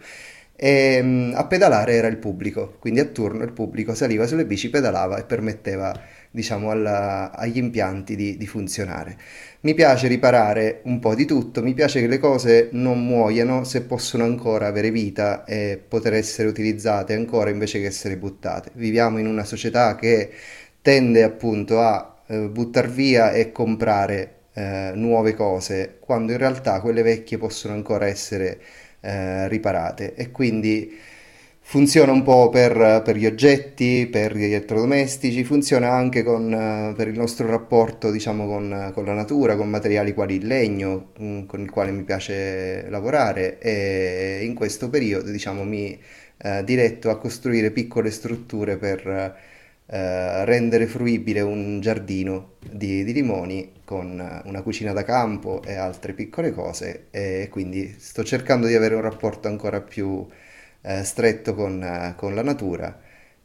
E mm, a pedalare era il pubblico, quindi a turno il pubblico saliva sulle bici, pedalava e permetteva, diciamo, alla- agli impianti di, di funzionare. Mi piace riparare un po' di tutto, mi piace che le cose non muoiano se possono ancora avere vita e poter essere utilizzate ancora invece che essere buttate. Viviamo in una società che tende appunto a eh, buttar via e comprare eh, nuove cose, quando in realtà quelle vecchie possono ancora essere eh, riparate e quindi funziona un po' per, per gli oggetti, per gli elettrodomestici, funziona anche con, eh, per il nostro rapporto, diciamo, con, con la natura, con materiali quali il legno, mm, con il quale mi piace lavorare e in questo periodo, diciamo, mi eh, diretto a costruire piccole strutture per eh, rendere fruibile un giardino di, di limoni con eh, una cucina da campo e altre piccole cose e quindi sto cercando di avere un rapporto ancora più eh, stretto con, eh, con la natura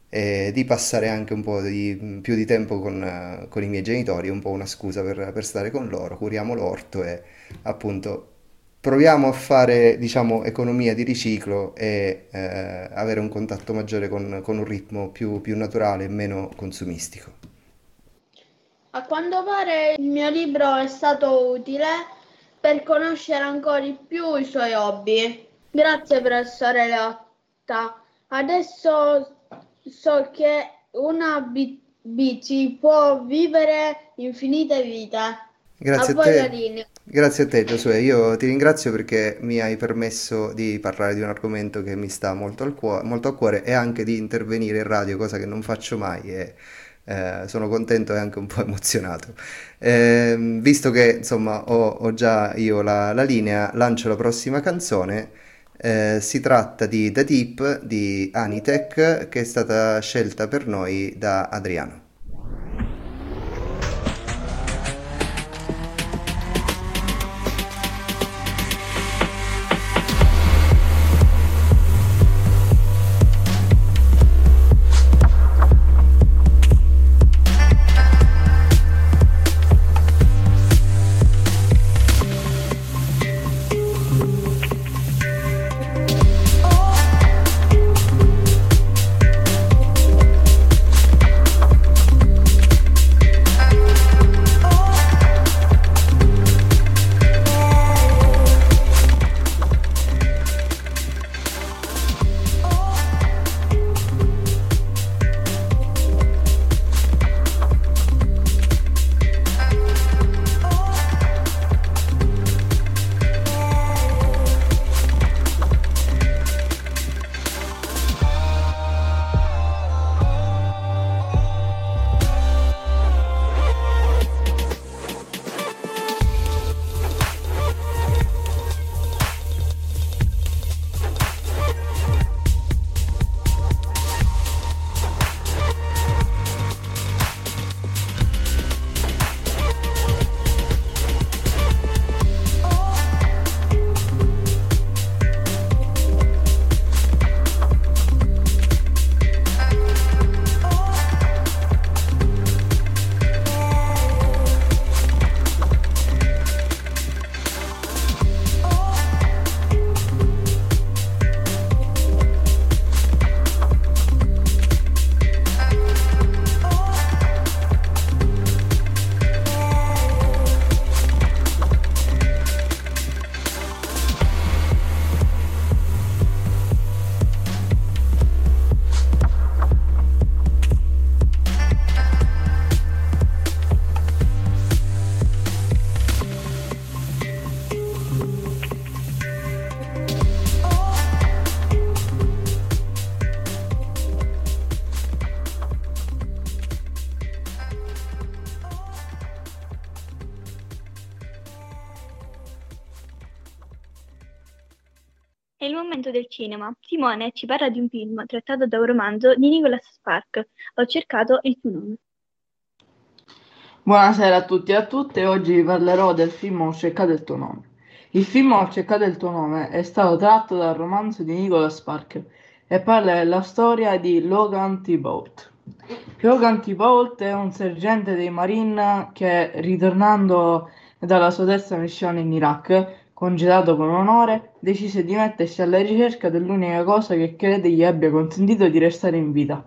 e di passare anche un po' di, più di tempo con, eh, con i miei genitori, è un po' una scusa per, per stare con loro, curiamo l'orto e appunto proviamo a fare, diciamo, economia di riciclo e eh, avere un contatto maggiore con, con un ritmo più, più naturale e meno consumistico. A quanto pare il mio libro è stato utile per conoscere ancora di più i suoi hobby. Grazie, professore Leotta. Adesso so che una bi- bici può vivere infinite vite. Grazie A a voi la te, linea. grazie a te Giosuè, io ti ringrazio perché mi hai permesso di parlare di un argomento che mi sta molto, al cuo- molto a cuore e anche di intervenire in radio, cosa che non faccio mai e eh, sono contento e anche un po' emozionato. Ehm, visto che insomma ho, ho già io la, la linea, lancio la prossima canzone. Eh, si tratta di The Deep di Anitech che è stata scelta per noi da Adriano. È il momento del cinema. Simone ci parla di un film trattato da un romanzo di Nicholas Sparks. Ho cercato il suo nome. Buonasera a tutti e a tutte, oggi vi parlerò del film Ho cercato il tuo nome. Il film Ho cercato il tuo nome è stato tratto dal romanzo di Nicholas Sparks e parla della storia di Logan Thibault. Logan Thibault è un sergente dei Marine che, ritornando dalla sua terza missione in Iraq, congedato con onore, decise di mettersi alla ricerca dell'unica cosa che crede gli abbia consentito di restare in vita.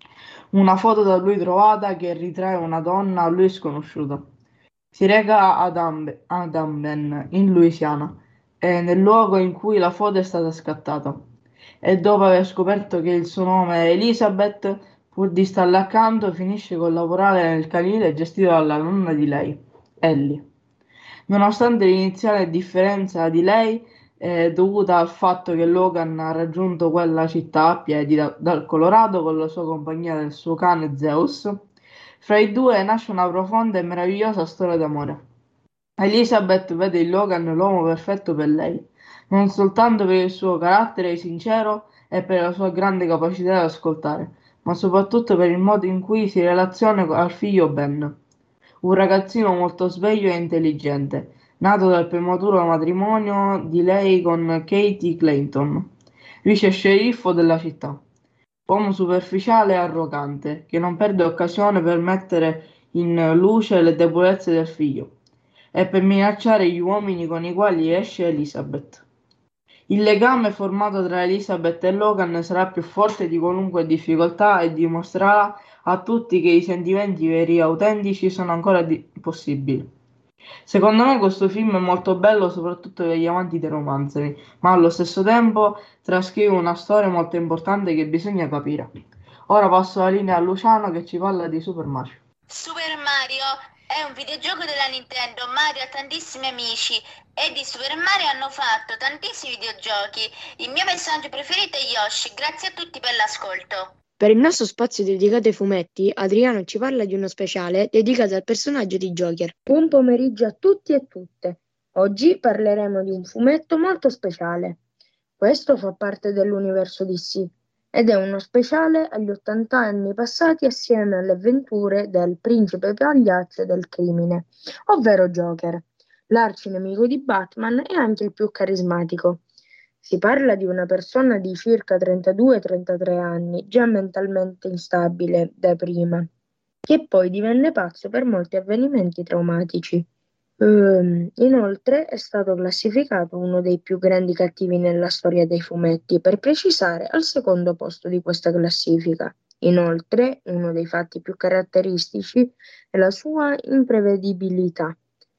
Una foto da lui trovata che ritrae una donna a lui sconosciuta. Si reca ad, Ambe, ad Amben, in Louisiana, e nel luogo in cui la foto è stata scattata. E dopo aver scoperto che il suo nome è Elizabeth, pur di starle accanto, finisce col lavorare nel canile gestito dalla nonna di lei, Ellie. Nonostante l'iniziale differenza di lei, eh, dovuta al fatto che Logan ha raggiunto quella città a piedi da, dal Colorado con la sua compagnia del suo cane Zeus, fra i due nasce una profonda e meravigliosa storia d'amore. Elizabeth vede in Logan l'uomo perfetto per lei, non soltanto per il suo carattere sincero e per la sua grande capacità di ascoltare, ma soprattutto per il modo in cui si relaziona al figlio Ben. Un ragazzino molto sveglio e intelligente, nato dal prematuro matrimonio di lei con Katie Clayton, vice sceriffo della città. Uomo superficiale e arrogante, che non perde occasione per mettere in luce le debolezze del figlio e per minacciare gli uomini con i quali esce Elizabeth. Il legame formato tra Elizabeth e Logan sarà più forte di qualunque difficoltà e dimostrerà a tutti che i sentimenti veri e autentici sono ancora di- possibili. Secondo me questo film è molto bello soprattutto per gli amanti dei romanzi, ma allo stesso tempo trascrive una storia molto importante che bisogna capire. Ora passo la linea a Luciano che ci parla di Super Mario. Super Mario è un videogioco della Nintendo. Mario ha tantissimi amici e di Super Mario hanno fatto tantissimi videogiochi. Il mio personaggio preferito è Yoshi. Grazie a tutti per l'ascolto. Per il nostro spazio dedicato ai fumetti, Adriano ci parla di uno speciale dedicato al personaggio di Joker. Buon pomeriggio a tutti e tutte. Oggi parleremo di un fumetto molto speciale. Questo fa parte dell'universo D C ed è uno speciale agli ottanta anni passati assieme alle avventure del principe pagliaccio del crimine, ovvero Joker, l'arcinemico di Batman e anche il più carismatico. Si parla di una persona di circa trentadue trentatré anni, già mentalmente instabile da prima, che poi divenne pazzo per molti avvenimenti traumatici. Ehm, inoltre è stato classificato uno dei più grandi cattivi nella storia dei fumetti, per precisare al secondo posto di questa classifica. Inoltre, uno dei fatti più caratteristici è la sua imprevedibilità.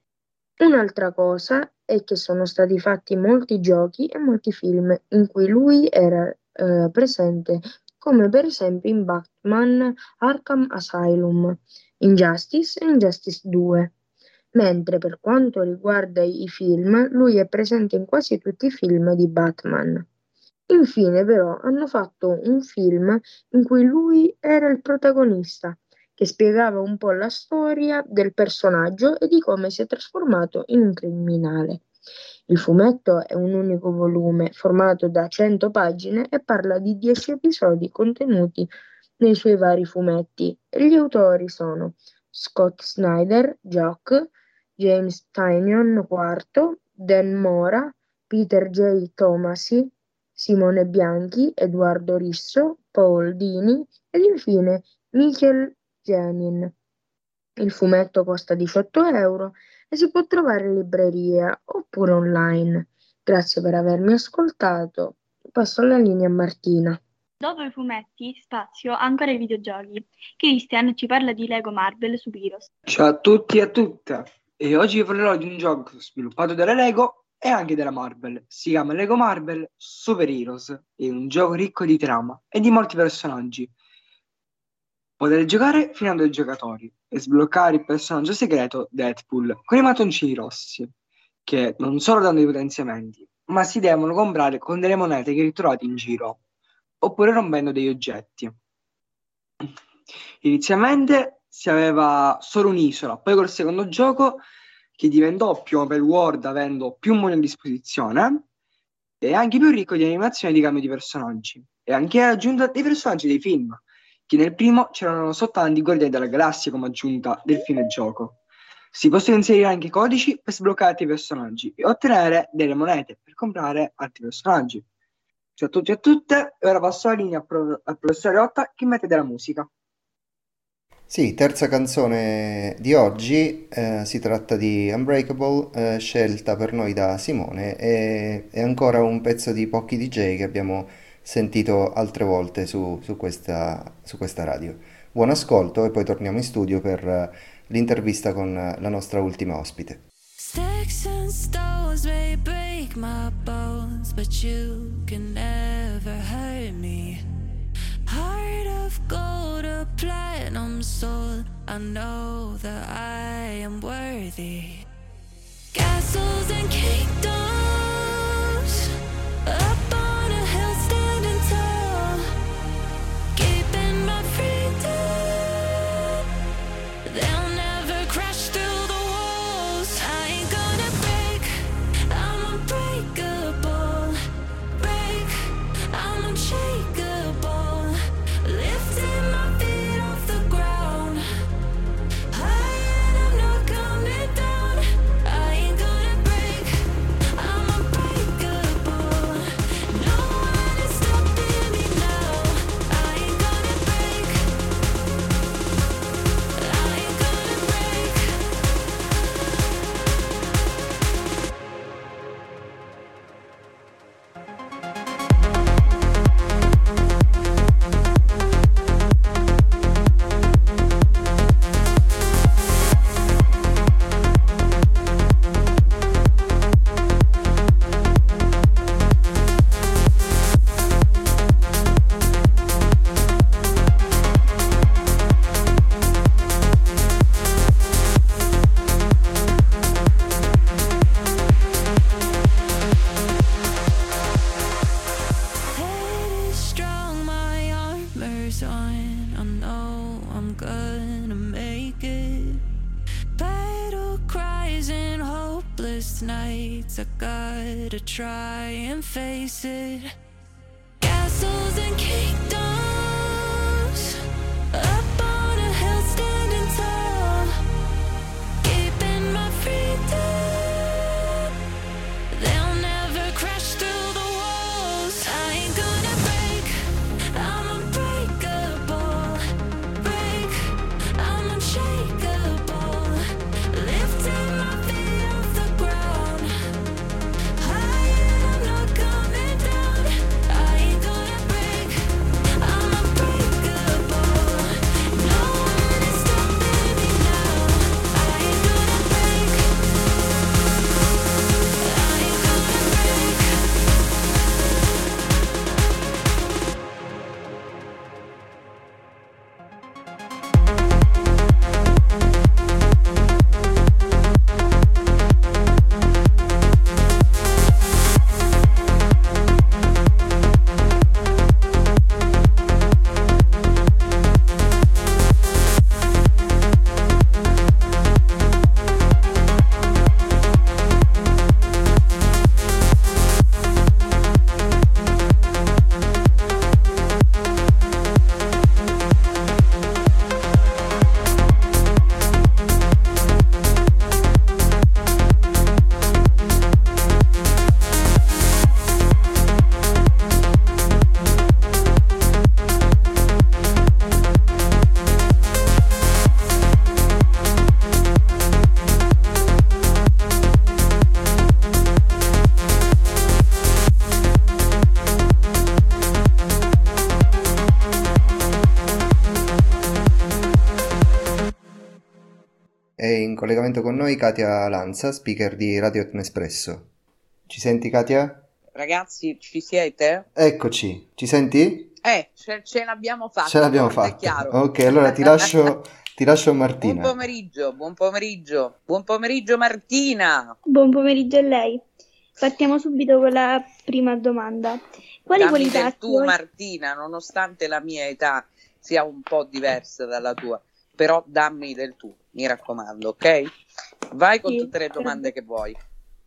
Un'altra cosa è che sono stati fatti molti giochi e molti film in cui lui era eh, presente, come per esempio in Batman Arkham Asylum, Injustice e Injustice due. Mentre per quanto riguarda i film, lui è presente in quasi tutti i film di Batman. Infine, però, hanno fatto un film in cui lui era il protagonista, che spiegava un po' la storia del personaggio e di come si è trasformato in un criminale. Il fumetto è un unico volume formato da cento pagine e parla di dieci episodi contenuti nei suoi vari fumetti. E gli autori sono Scott Snyder, Jock, James Tynion quarto, Dan Mora, Peter J. Tomasi, Simone Bianchi, Edoardo Risso, Paul Dini ed infine Michael Janin. Il fumetto costa diciotto euro e si può trovare in libreria oppure online. Grazie per avermi ascoltato. Passo la linea a Martina. Dopo i fumetti, spazio ancora ai videogiochi. Christian ci parla di Lego Marvel Super Heroes. Ciao a tutti e a tutte, e oggi vi parlerò di un gioco sviluppato dalla Lego e anche dalla Marvel. Si chiama Lego Marvel Super Heroes, è un gioco ricco di trama e di molti personaggi. Potete giocare fino a due giocatori e sbloccare il personaggio segreto Deadpool con i mattoncini rossi, che non solo danno i potenziamenti, ma si devono comprare con delle monete che ritrovate in giro, oppure rompendo degli oggetti. Inizialmente si aveva solo un'isola, poi col secondo gioco, che diventò più open world avendo più mondi a disposizione, è anche più ricco di animazioni e di cambio di personaggi. E anche aggiunta dei personaggi dei film, che nel primo c'erano soltanto i Guardiani della Galassia come aggiunta del film gioco. Si possono inserire anche codici per sbloccare altri personaggi e ottenere delle monete per comprare altri personaggi. Ciao a tutti e a tutte, e ora passo la linea al, pro- al professore Otta che mette della musica. Sì, terza canzone di oggi, eh, si tratta di Unbreakable, eh, scelta per noi da Simone, e è ancora un pezzo di Pochi D J che abbiamo sentito altre volte su, su questa, su questa radio. Buon ascolto e poi torniamo in studio per eh, l'intervista con eh, la nostra ultima ospite. Sticks and stones may break my bones, but you can never hurt me. Heart of gold, a platinum soul, I know that I am worthy. Castles and kingdoms, up on a hill standing tall, keeping my freedom. They'll never crash through the walls. I ain't gonna break, I'm unbreakable. Break, I'm unshakable. Lifting my feet off the ground, high and I'm not coming down. I ain't gonna break, I'm unbreakable. No one is stopping me now. I ain't gonna break, I ain't gonna break. Head is strong, my armor's on. I know I'm gonna make it. Battle cries and hopeless nights, I gotta try and face it. Castles and kingdoms, up on a hill standing tall, keeping my freedom. They'll never crash through the walls. I ain't gonna break, I'm unbreakable. Break, I'm unshakable. Lifting my feet off the ground, high and I'm not coming down. I ain't gonna break, I'm unbreakable. No one is stopping me now. I ain't gonna break, I ain't gonna break. È in collegamento con noi Katia Lanza, speaker di Radio Espresso. Ci senti, Katia? Ragazzi, ci siete? Eccoci, ci senti? Eh, ce, ce l'abbiamo fatta. Ce l'abbiamo forte e fatta. chiaro. Ok, allora ti lascio, ti lascio a Martina. Buon pomeriggio, buon pomeriggio, buon pomeriggio Martina. Buon pomeriggio a lei. Partiamo subito con la prima domanda. Quali Dammi qualità del tu vuoi- Martina, nonostante la mia età sia un po' diversa dalla tua, però dammi del tu, mi raccomando, ok? Vai con Sì, tutte le certo. domande che vuoi.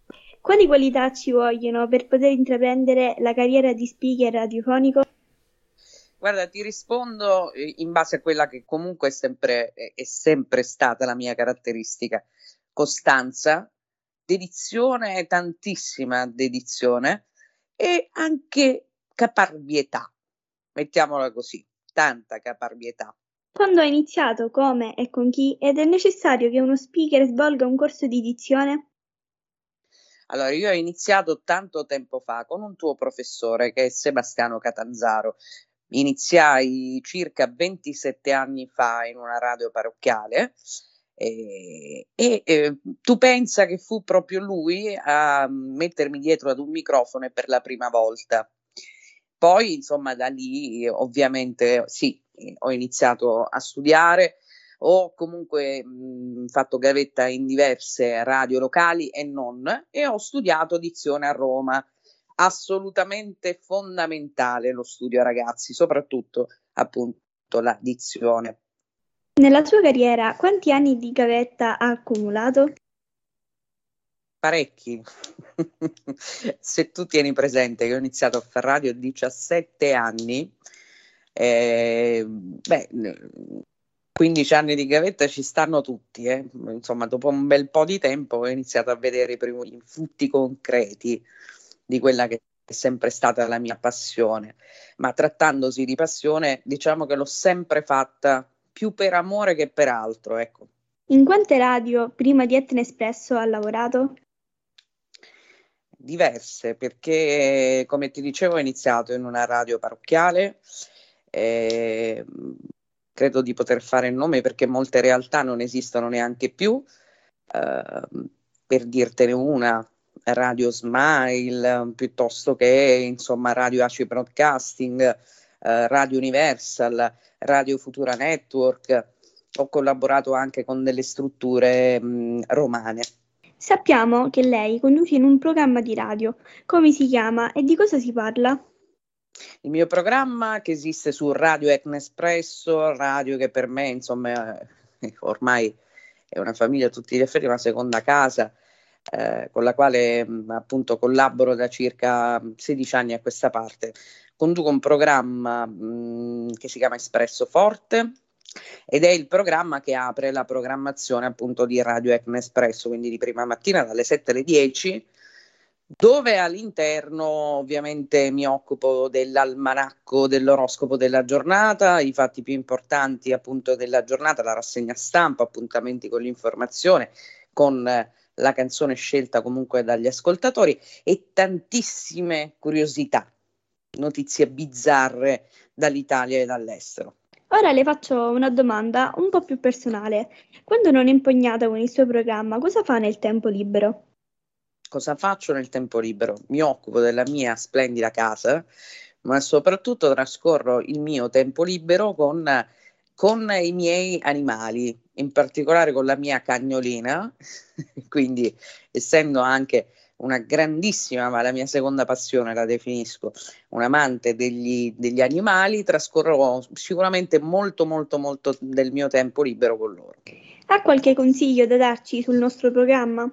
Quali qualità ci vogliono per poter intraprendere la carriera di speaker radiofonico? Guarda, ti rispondo in base a quella che comunque è sempre, è sempre stata la mia caratteristica: costanza, dedizione, tantissima dedizione e anche caparbietà, mettiamola così, tanta caparbietà. Quando hai iniziato, come e con chi, ed è necessario che uno speaker svolga un corso di dizione? Allora, io ho iniziato tanto tempo fa con un tuo professore che è Sebastiano Catanzaro. Iniziai circa ventisette anni fa in una radio parrocchiale e, e eh, tu pensa che fu proprio lui a mettermi dietro ad un microfono per la prima volta. Poi, insomma, da lì ovviamente sì, ho iniziato a studiare, ho comunque mh, fatto gavetta in diverse radio locali e non, e ho studiato dizione a Roma. Assolutamente fondamentale lo studio, ragazzi, soprattutto appunto la dizione. Nella sua carriera, quanti anni di gavetta ha accumulato? Parecchi. Se tu tieni presente che ho iniziato a fare radio a diciassette anni, eh, beh, quindici anni di gavetta ci stanno tutti, eh. Insomma, dopo un bel po' di tempo ho iniziato a vedere i primi frutti concreti di quella che è sempre stata la mia passione, ma trattandosi di passione, diciamo che l'ho sempre fatta più per amore che per altro, ecco. In quante radio, prima di Etna Espresso, ha lavorato? Diverse, perché come ti dicevo ho iniziato in una radio parrocchiale, eh, credo di poter fare il nome perché molte realtà non esistono neanche più, eh, per dirtene una, Radio Smile, piuttosto che insomma Radio A C I Broadcasting, eh, Radio Universal, Radio Futura Network. Ho collaborato anche con delle strutture mh, romane. Sappiamo che lei conduce in un programma di radio. Come si chiama e di cosa si parla? Il mio programma, che esiste su Radio Etna Espresso, radio che per me insomma ormai è una famiglia a tutti gli effetti, una seconda casa, eh, con la quale mh, appunto collaboro da circa sedici anni a questa parte. Conduco un programma mh, che si chiama Espresso Forte ed è il programma che apre la programmazione appunto di Radio Etna Espresso, quindi di prima mattina dalle sette alle dieci, dove all'interno ovviamente mi occupo dell'almanacco dell'oroscopo della giornata, i fatti più importanti appunto della giornata, la rassegna stampa, appuntamenti con l'informazione, con eh, la canzone scelta comunque dagli ascoltatori e tantissime curiosità, notizie bizzarre dall'Italia e dall'estero. Ora le faccio una domanda un po' più personale. Quando non è impegnata con il suo programma, cosa fa nel tempo libero? Cosa faccio nel tempo libero? Mi occupo della mia splendida casa, ma soprattutto trascorro il mio tempo libero con, con i miei animali, in particolare con la mia cagnolina, quindi essendo anche una grandissima, ma la mia seconda passione la definisco, un amante degli, degli animali, trascorro sicuramente molto molto molto del mio tempo libero con loro. Ha qualche consiglio da darci sul nostro programma?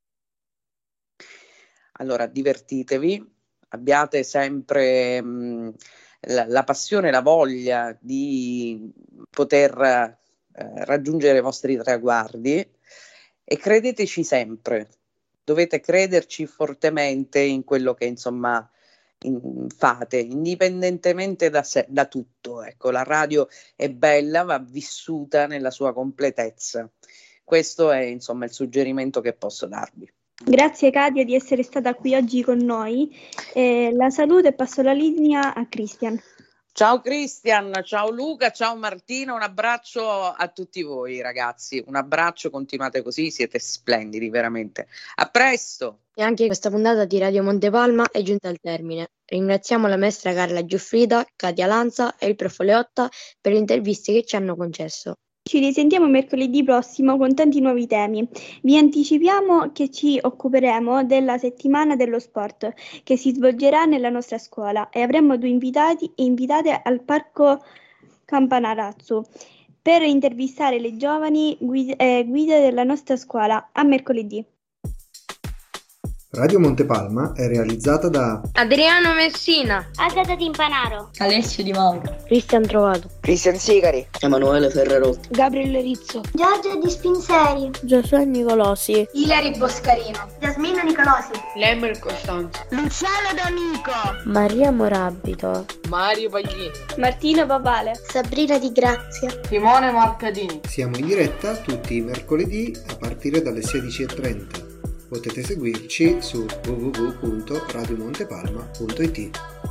Allora, divertitevi, abbiate sempre mh, la, la passione e la voglia di poter eh, raggiungere i vostri traguardi e credeteci sempre. Dovete crederci fortemente in quello che insomma in, fate, indipendentemente da, se, da tutto. Ecco, la radio è bella, va vissuta nella sua completezza. Questo è insomma il suggerimento che posso darvi. Grazie Katia di essere stata qui oggi con noi. Eh, la saluto e passo la linea a Christian. Ciao Christian, ciao Luca, ciao Martina, un abbraccio a tutti voi ragazzi, un abbraccio, continuate così, siete splendidi veramente. A presto! E anche questa puntata di Radio Montepalma è giunta al termine. Ringraziamo la maestra Carla Giuffrida, Katia Lanza e il prof Leotta per le interviste che ci hanno concesso. Ci risentiamo mercoledì prossimo con tanti nuovi temi. Vi anticipiamo che ci occuperemo della settimana dello sport che si svolgerà nella nostra scuola e avremo due invitati e invitate al Parco Campanarazzo per intervistare le giovani guide, eh, guide della nostra scuola. A mercoledì. Radio Montepalma è realizzata da Adriano Messina, Agata Timpanaro, Alessio Di Mauro, Cristian Trovato, Cristian Sigari, Emanuele Ferrarotti, Gabriele Rizzo, Giorgio Di Spinseri, Giosuè Nicolosi, Ilari Boscarino, Giasmina Nicolosi, Lemmer Costanzo, Luciano D'Amico, Maria Morabito, Mario Paglini, Martina Papale, Sabrina Di Grazia, Simone Marcadini. Siamo in diretta tutti i mercoledì a partire dalle sedici e trenta. Potete seguirci su w w w punto radio montepalma punto i t.